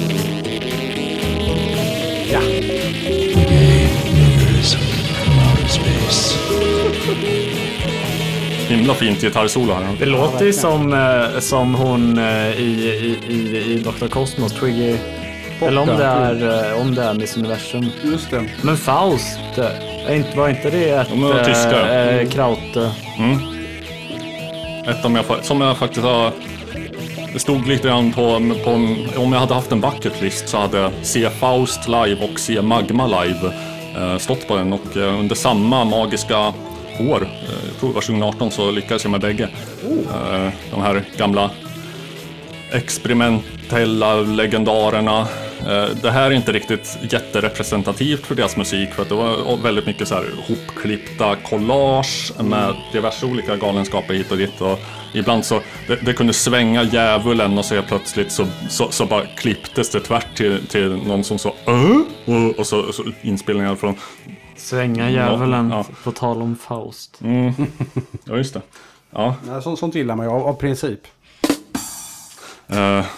Ja. Himla fint gitarrsolo här. Det låter ju som, eh, som hon eh, i, i, i, i doktor Cosmos, Twiggy. Eller om det är, om det är Miss Universum. Just det. Men Faust, är inte, var inte det ett De är tyska. äh, Kraute? Mm. Ett av jag, som jag faktiskt har... Det stod lite grann på, på... Om jag hade haft en bucket list så hade Se Faust live och Se Magma live eh, stått på den. Och eh, under samma magiska år, eh, jag tror det var tjugo arton, så lyckades jag med bägge. Oh. Eh, de här gamla experimentella legendarerna. Det här är inte riktigt jätterepresentativt för deras musik, för att det var väldigt mycket så här hopklippta collage med diverse olika galenskaper hit och dit, och ibland så det, det kunde svänga djävulen och så plötsligt så, så, så bara klipptes det tvärt till, till någon som sa äh? och, och så, så inspelningar från svänga djävulen, ja. På tal om Faust. Mm. Ja, just det. Ja. Nej, så, sånt gillar man ju av, av princip. Uh,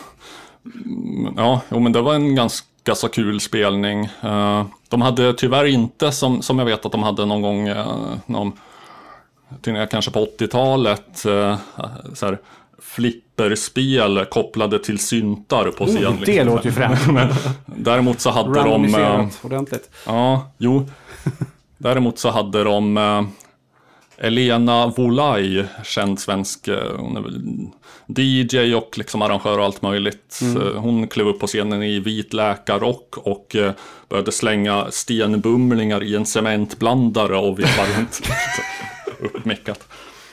ja, jo, men det var en ganska så kul spelning. Uh, de hade tyvärr inte, som, som jag vet att de hade någon gång, uh, någon, kanske på åttiotalet, uh, så här, flipperspel kopplade till syntar på scen. Oh, det liksom. Låter ju främst. Däremot så hade de... Uh, ordentligt. Ja, jo. Däremot så hade de... Uh, Elena Volaj, känd svensk, hon är väl D J och liksom arrangör och allt möjligt. Mm. Hon klev upp på scenen i vit läkarrock och började slänga stenbumlingar i en cementblandare och vi var runt uppmickat.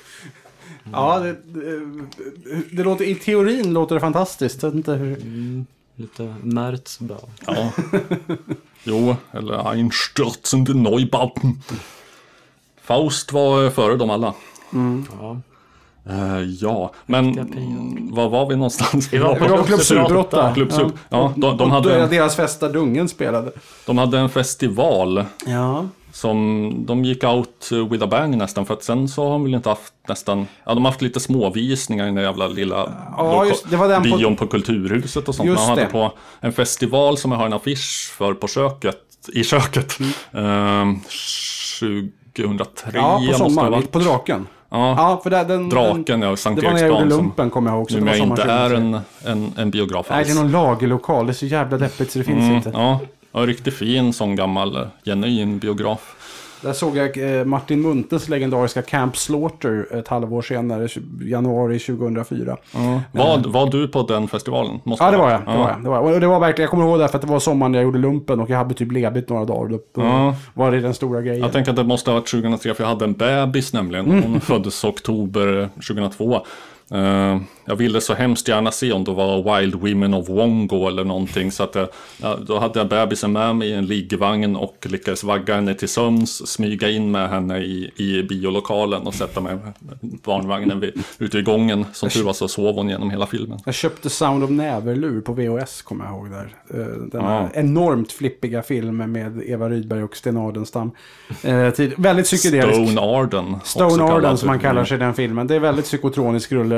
Ja, det, det, det låter, i teorin låter det fantastiskt. Inte hur... mm, lite märts bra. Ja. Jo, eller einstürzende Neubauten. Faust var före dem alla. Mm. Ja. Uh, ja, men var var vi någonstans? Vi var på, på Klubb Super. Klubb Super. Ja, ja, de, de hade en, deras festa Dungen spelade. De hade en festival. Ja. Som de gick out with a bang nästan, för att sen så har de väl inte haft nästan, ja, de har haft lite småvisningar i den jävla lilla ja, just, det var den bion på... på Kulturhuset och sånt. Just Man hade det. på en festival som jag har en affisch för på köket, i köket. Mm. Uh, tjugohundratre. Ja, på sommaren, på Draken. Ja, ja för det, den, Draken, den, ja, Sankt det var när jag Eriksplan. gjorde lumpen, kommer jag ihåg också. Nu jag inte är en, en, en biograf Nej, alls. det är någon lagerlokal, det är så jävla deppigt så det finns mm, inte. Ja, ja, riktigt fin sån gammal genuin biograf. Där såg jag eh, Martin Muntes legendariska Camp Slaughter ett halvår senare, januari tjugohundrafyra. Mm. Var, var du på den festivalen? Måste ja, det var jag. Ja. Det var jag. Det var jag. Och det var verkligen, jag kommer ihåg det för att det var sommaren jag gjorde lumpen och jag hade typ ledigt några dagar. Då, då ja. var det den stora grejen. Jag tänker att det måste ha varit tjugohundratre, för jag hade en bebis nämligen. Hon mm. föddes oktober tjugohundratvå. Uh, jag ville så hemskt gärna se om det var Wild Women of Wongo eller någonting, så att jag, ja, då hade jag bebisen med mig i en liggvagn och lyckades vagga henne till sömns, smyga in med henne i, i biolokalen och sätta mig med barnvagnen vid, ute i gången. Som tur var så sov hon genom hela filmen. Jag köpte Sound of Näverlur på V H S, kommer jag ihåg där. Den ja. enormt flippiga filmen med Eva Rydberg och Sten Ardenstam. Tid, väldigt psykedelisk. Stone Arden. Stone Arden som man kallar sig i den filmen. Det är väldigt psykotronisk rulle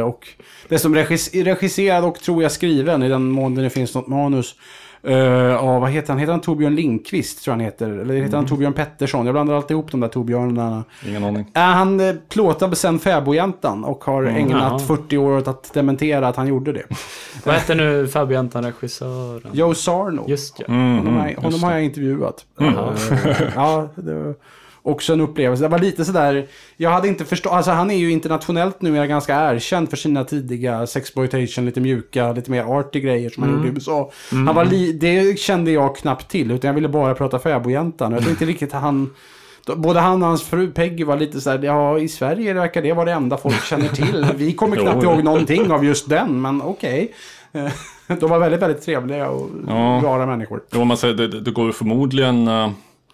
och det som regis- regisserad och tror jag skriven i den mån det finns något manus. Uh, av, vad heter han? Heter han Torbjörn Lindqvist tror jag han heter? Eller heter mm. han Torbjörn Pettersson? Jag blandar alltid ihop de där Torbjörnarna. Ingen aning. Uh, han uh, plåtade sen Fäbodjäntan och har mm. ägnat Jaha. fyrtio år åt att dementera att han gjorde det. Vad heter nu Fäbodjäntan-regissören? Joe Sarno. Just ja. Mm, honom har, honom har jag intervjuat. Mm. Uh, ja, det var också en upplevelse. Det var lite sådär, jag hade inte förstått, alltså han är ju internationellt nu är ganska erkänd för sina tidiga sexploitation, lite mjuka, lite mer arty grejer som mm. han gjorde i U S A. Mm. Han var li- det kände jag knappt till, utan jag ville bara prata Fäbodjäntan. Jag tror inte riktigt han, både han och hans fru Peggy var lite sådär, ja i Sverige verkar det vara det enda folk känner till. Vi kommer knappt ihåg någonting av just den, men okej. Okay. De var väldigt, väldigt trevliga och ja. rara människor. Jo, man säger, det, det går ju förmodligen uh,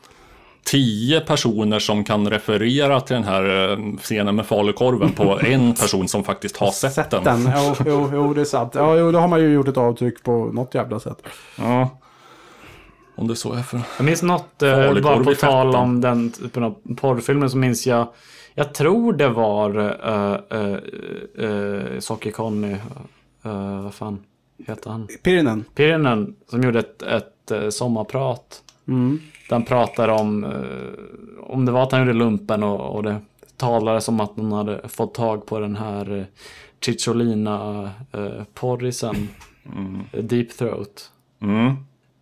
tio personer som kan referera till den här uh, scenen med falukorven på en person som faktiskt har sett, sett den. den. Jo, jo, jo, det är sant. Ja, jo, då har man ju gjort ett avtryck på något jävla sätt. Ja. Om det så är för... Jag minns något, uh, bara på tal om den typen av porrfilmen, så minns jag, jag tror det var uh, uh, uh, Socky Conny, uh, vad fan heter han? Pirinen. Pirinen som gjorde ett, ett uh, sommarprat. Mm. Den pratar om uh, om det var att han gjorde lumpen och, och det talade som att någon hade fått tag på den här uh, Cicciolina uh, porrisen mm. uh, Deep Throat. Mm.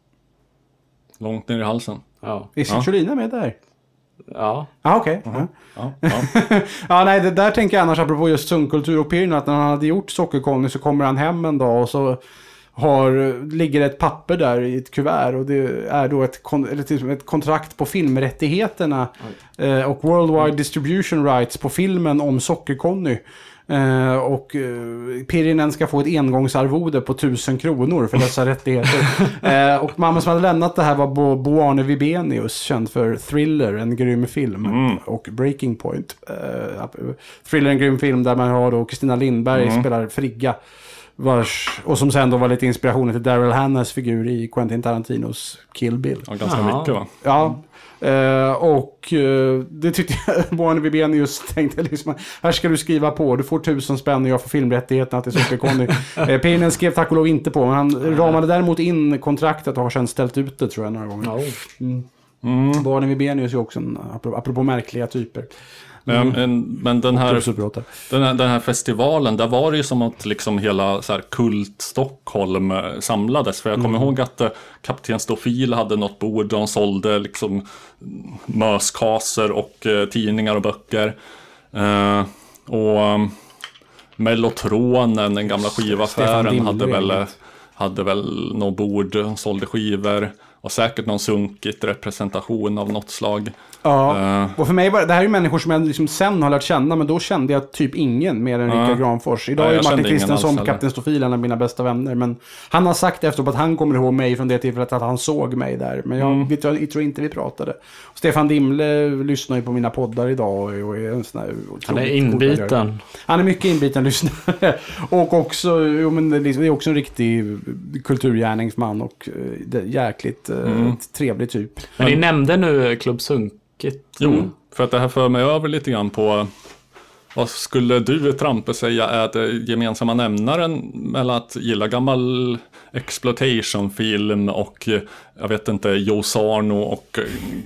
Långt ner i halsen. Ja. Är Cicciolina med där? Ja. Ah, okej. Okay. Uh-huh. Ja. Ja. Ja, nej, det där tänker jag annars apropå just sungkultur och Pirinen, att när han hade gjort Sockerkonny så kommer han hem en dag och så har, ligger ett papper där i ett kuvert och det är då ett, kon- eller typ ett kontrakt på filmrättigheterna eh, och worldwide mm. distribution rights på filmen om Sockerkonny. Uh, och uh, Pirinen ska få ett engångsarvode på tusen kronor för dessa rättigheter. uh, och mamma som hade lämnat det här var Bo, Bo Arne Vibenius, känd för Thriller, en grym film, mm. och Breaking Point. Uh, Thriller, en grym film där man har då Kristina Lindberg mm. spelar Frigga, vars, och som sen då var lite inspirationen till Daryl Hannahs figur i Quentin Tarantinos Kill Bill. Ja, ganska Aha. mycket va? Ja. Uh, och uh, det tyckte jag Boarne Vibenius tänkte liksom, här ska du skriva på, du får tusen spänn och jag får filmrättigheterna till Sockerkonny. uh, Pirinen skrev tack och lov inte på, men han ramade däremot in kontraktet och har sedan ställt ut det tror jag några gånger. mm. Mm. Boarne Vibenius är också en, apropå, apropå märkliga typer. Mm. Men, men den, här, den, här, den här festivalen, där var det ju som att liksom hela så här kult Stockholm samlades. För jag kommer mm. ihåg att uh, Kapten Stofil hade något bord och de sålde liksom möskaser och uh, tidningar och böcker. Uh, och um, Mellotronen, den gamla skivaffären, hade väl, hade väl något bord och sålde skivor. Och säkert någon sunkigt representation av något slag. Ja, uh, och för mig var det här är ju människor som jag liksom sen har lärt känna, men då kände jag typ ingen mer än uh, Rickard Granfors. Idag är Martin Kristensson, Kapten Stofil, en av mina bästa vänner, men han har sagt efteråt att han kommer ihåg mig från det tillfället att han såg mig där. Men jag, mm. jag, jag tror inte vi pratade. Och Stefan Dimle lyssnar ju på mina poddar idag och är en sån här, han är inbiten. Han är mycket inbiten lyssnare. Och också, jo, men det är också en riktig kulturgärningsman och det är jäkligt mm. trevlig typ. Men ni nämnde nu Klubb Sunkigt. Jo, mm. för att det här för mig över lite grann på vad skulle du, Trampe, säga är det gemensamma nämnaren mellan att gilla gammal exploitation-film och jag vet inte, Joe Sarno och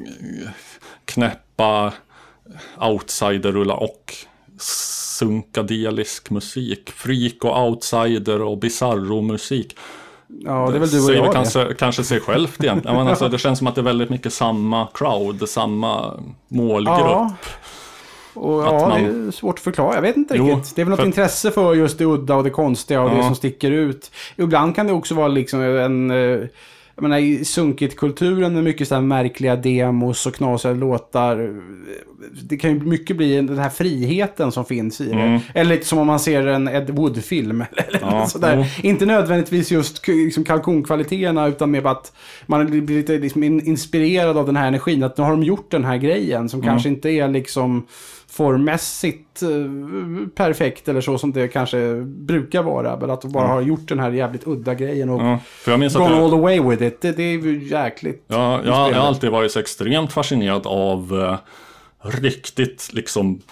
knäppa outsider-rullar och sunkadelisk musik, freak och outsider och bizarro-musik. Ja, det är väl du och jag. Kanske, kanske sig självt egentligen. Men alltså, det känns som att det är väldigt mycket samma crowd, samma målgrupp. Ja, och, ja man... det är svårt att förklara. Jag vet inte jo, riktigt. Det är väl något för... intresse för just det udda och det konstiga och ja. det som sticker ut. Ibland kan det också vara liksom en... Jag menar, i sunkigt-kulturen med mycket så här märkliga demos och knasiga låtar. Det kan ju mycket bli den här friheten som finns i det. Mm. Eller lite som om man ser en Ed Wood-film. Eller ja, sådär. Mm. Inte nödvändigtvis just liksom kalkonkvaliteterna, utan mer bara att man blir lite liksom inspirerad av den här energin. Att nu har de gjort den här grejen som mm. kanske inte är liksom formmässigt uh, perfekt eller så som det kanske brukar vara, men att de bara mm. har gjort den här jävligt udda grejen och ja, för jag minns gone att all the way with it. Det, det är ju jäkligt. Ja, jag, jag har alltid varit så extremt fascinerad av uh, riktigt liksom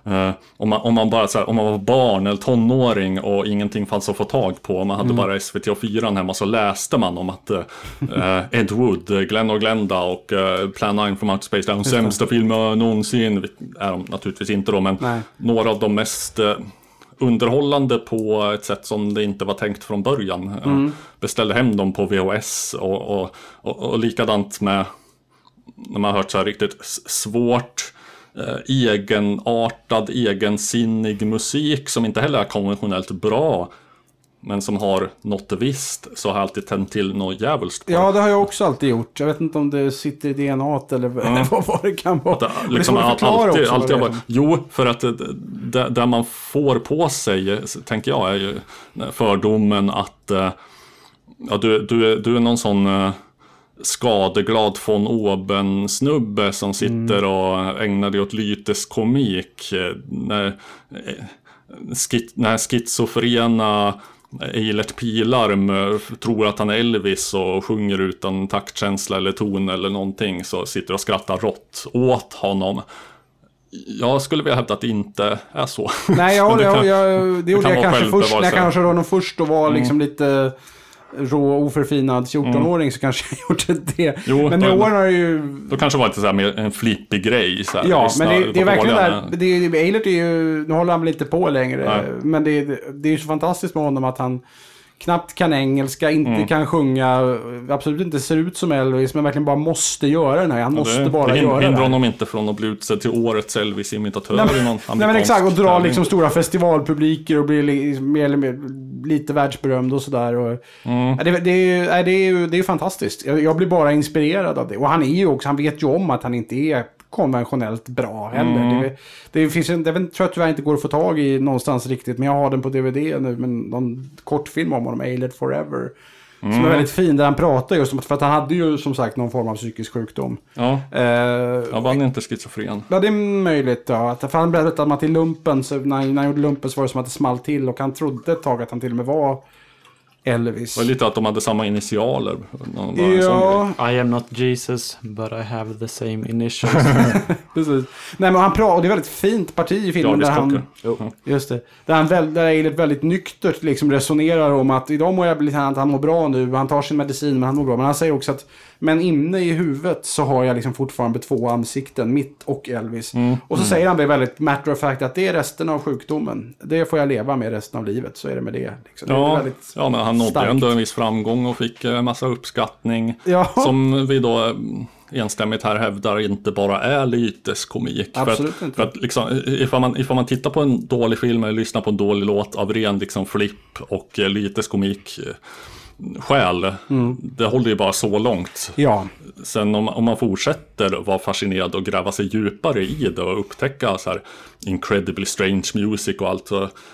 Uh, om, man, om man bara så här, om man var barn eller tonåring och ingenting fanns att få tag på, man hade mm. bara S V T och fyra hemma, så läste man om att uh, Ed Wood, Glenn och Glenda och uh, Plan nine from Outer Space är de sämsta filmer någonsin. Är de naturligtvis inte då, men Nej. några av de mest uh, underhållande på ett sätt som det inte var tänkt från början. Mm. Uh, beställde hem dem på V H S och, och, och, och likadant med när man har hört så här riktigt svårt Eh, egenartad, egensinnig musik som inte heller är konventionellt bra, men som har något visst, så har jag alltid tänt till något jävligt på. Ja, det har jag också alltid gjort. Jag vet inte om det sitter i D N A eller mm. vad, vad det kan vara. Det, liksom, det alltid, alltid, alltid jag bara, jo, för att det, där man får på sig, tänker jag, är ju fördomen att ja, du, du, du är någon sån skadeglad von oben snubbe som sitter mm. och ägnar dig åt lyteskomik när, skit, när schizofrena Eilert Pilarm tror att han är Elvis och sjunger utan taktkänsla eller ton eller någonting, så sitter och skrattar rått åt honom. Jag skulle vilja hävda att det inte är så. Nej, ja, det, kan, jag, det gjorde jag kanske först när jag kanske var någon först och var mm. liksom lite rå, oförfinad fjortonåring mm. så kanske jag gjorde det. Jo, men nu år har ju... Då kanske var det så här med en flippig grej. Så här, ja, men det, det är verkligen där. Det, det, Eilert är ju... Nu håller han väl inte på längre. Nej. Men det, det är ju så fantastiskt med honom att han knappt kan engelska, inte mm. kan sjunga, absolut inte ser ut som Elvis, men verkligen bara måste göra den här. Han ja, måste det, bara det göra det. Det hindrar honom inte från att bli utsedd till årets Elvis-imitatör. Nej, men, någon nej men exakt, och dra liksom stora festivalpubliker och bli liksom mer eller mer lite världsberömd och sådär. Och, mm. det, det, är, det, är ju, det är ju fantastiskt. Jag, jag blir bara inspirerad av det. Och han är ju också, han vet ju om att han inte är konventionellt bra heller. Mm. Det, det finns en, jag vet, tror att tyvärr inte går att få tag i någonstans riktigt, men jag har den på D V D nu, men någon kortfilm om honom, Eilert Forever, mm. som är väldigt fin, där han pratar just om, för att han hade ju som sagt någon form av psykisk sjukdom. Ja, uh, ja var han inte schizofren? Ja, det är möjligt, ja. Att, för han berättade att man till lumpen, så när, när han gjorde lumpen så var det som att det small till, och han trodde ett tag att han till och med var Elvis. Det var lite att de hade samma initialer. Ja. I am not Jesus, but I have the same initials. Precis. Nej, men han pratar, det är väldigt fint parti i filmen där han, oh, just det, där han väl, där är väldigt nyktert liksom resonerar om att idag mår jag lite att han mår bra nu, han tar sin medicin men han mår bra, men han säger också att men inne i huvudet så har jag liksom fortfarande två ansikten, mitt och Elvis. Mm. Och så mm. säger han det väldigt matter of fact att det är resten av sjukdomen. Det får jag leva med resten av livet, så är det med det. Liksom. Ja, det är väldigt ja, men han nådde starkt. Ändå en viss framgång och fick en massa uppskattning. Ja. Som vi då enstämmigt här hävdar inte bara är lyteskomik. Absolut för att, inte. För att liksom, ifall, man, ifall man tittar på en dålig film eller lyssnar på en dålig låt av ren liksom flipp och lyteskomik själ, mm. det håller ju bara så långt. Ja. Sen om, om man fortsätter vara fascinerad och gräva sig djupare i det och upptäcka så här incredibly strange music och allt,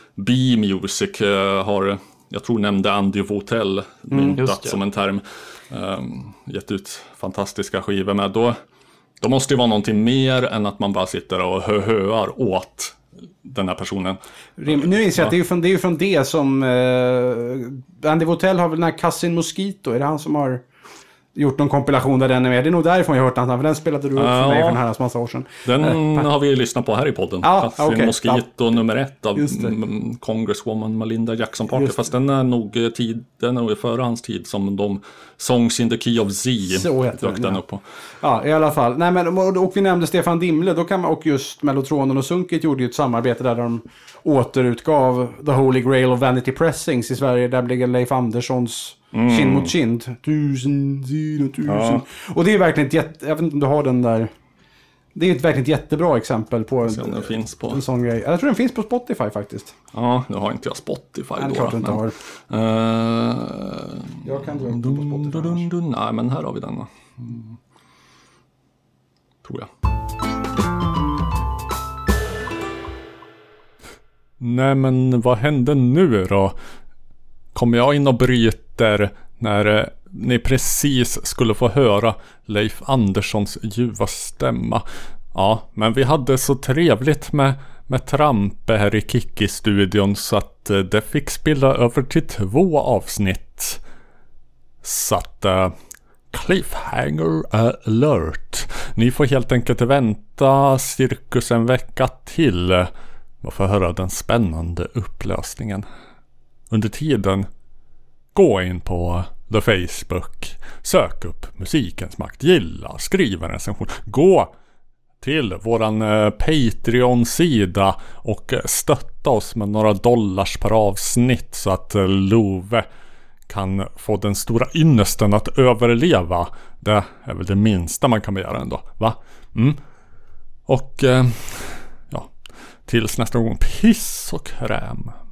B-music uh, har, jag tror nämnde Andy Votel myntat mm, som en term, um, gett ut fantastiska skivor med, då, då måste det vara någonting mer än att man bara sitter och hö-höar åt den här personen. Nu inser jag att det är ju från det, är ju från det som uh, Andy Votel har väl den här Cousin Mosquito, är det han som har gjort någon kompilation där den är med? Det är nog därifrån jag har hört den, för den spelade du upp för mig för den här massa år sedan. Den uh, har vi ju lyssnat på här i podden. Ah, Cousin okay. Mosquito ja. nummer ett av m- Congresswoman Melinda Jackson Parker, fast den är nog tid, den är nog före hans tid som de Songs in the Key of Z dök den, den ja. upp på. Ja, i alla fall. Nej, men, och, och vi nämnde Stefan Dimle, då kan man, och just Mellotronen och Sunkit gjorde ju ett samarbete där de återutgav The Holy Grail of Vanity Pressings i Sverige, där blev Leif Anderssons mm. kind mot kind. Tusen, tusen, tusen. Ja. Och det är verkligen ett jätte, jag vet inte om du har den där. Det är ett verkligen jättebra exempel på, en, den finns på en sån grej. Jag tror den finns på Spotify faktiskt. Ja, nu har inte jag Spotify. Nej, då. Klart du inte men, har. Uh, jag kan dra upp den på Spotify. Dun, dun, dun, nej, men här har vi den. Mm. Tror jag. Nej, men vad hände nu då? Kommer jag in och bryter när eh, ni precis skulle få höra Leif Anderssons ljuva stämma? Ja, men vi hade så trevligt med, med Trampe här i Kiki-studion så att eh, det fick spilla över till två avsnitt. Så att eh, Cliffhanger alert. Ni får helt enkelt vänta cirkus en vecka till och få höra den spännande upplösningen. Under tiden, gå in på The Facebook, sök upp Musikens Makt, gilla, skriv en recension, gå till våran eh, Patreon-sida och stötta oss med några dollars per avsnitt så att eh, Love kan få den stora ynnesten att överleva. Det är väl det minsta man kan begära ändå, va? Mm. Och eh, ja, tills nästa gång, piss och kräm.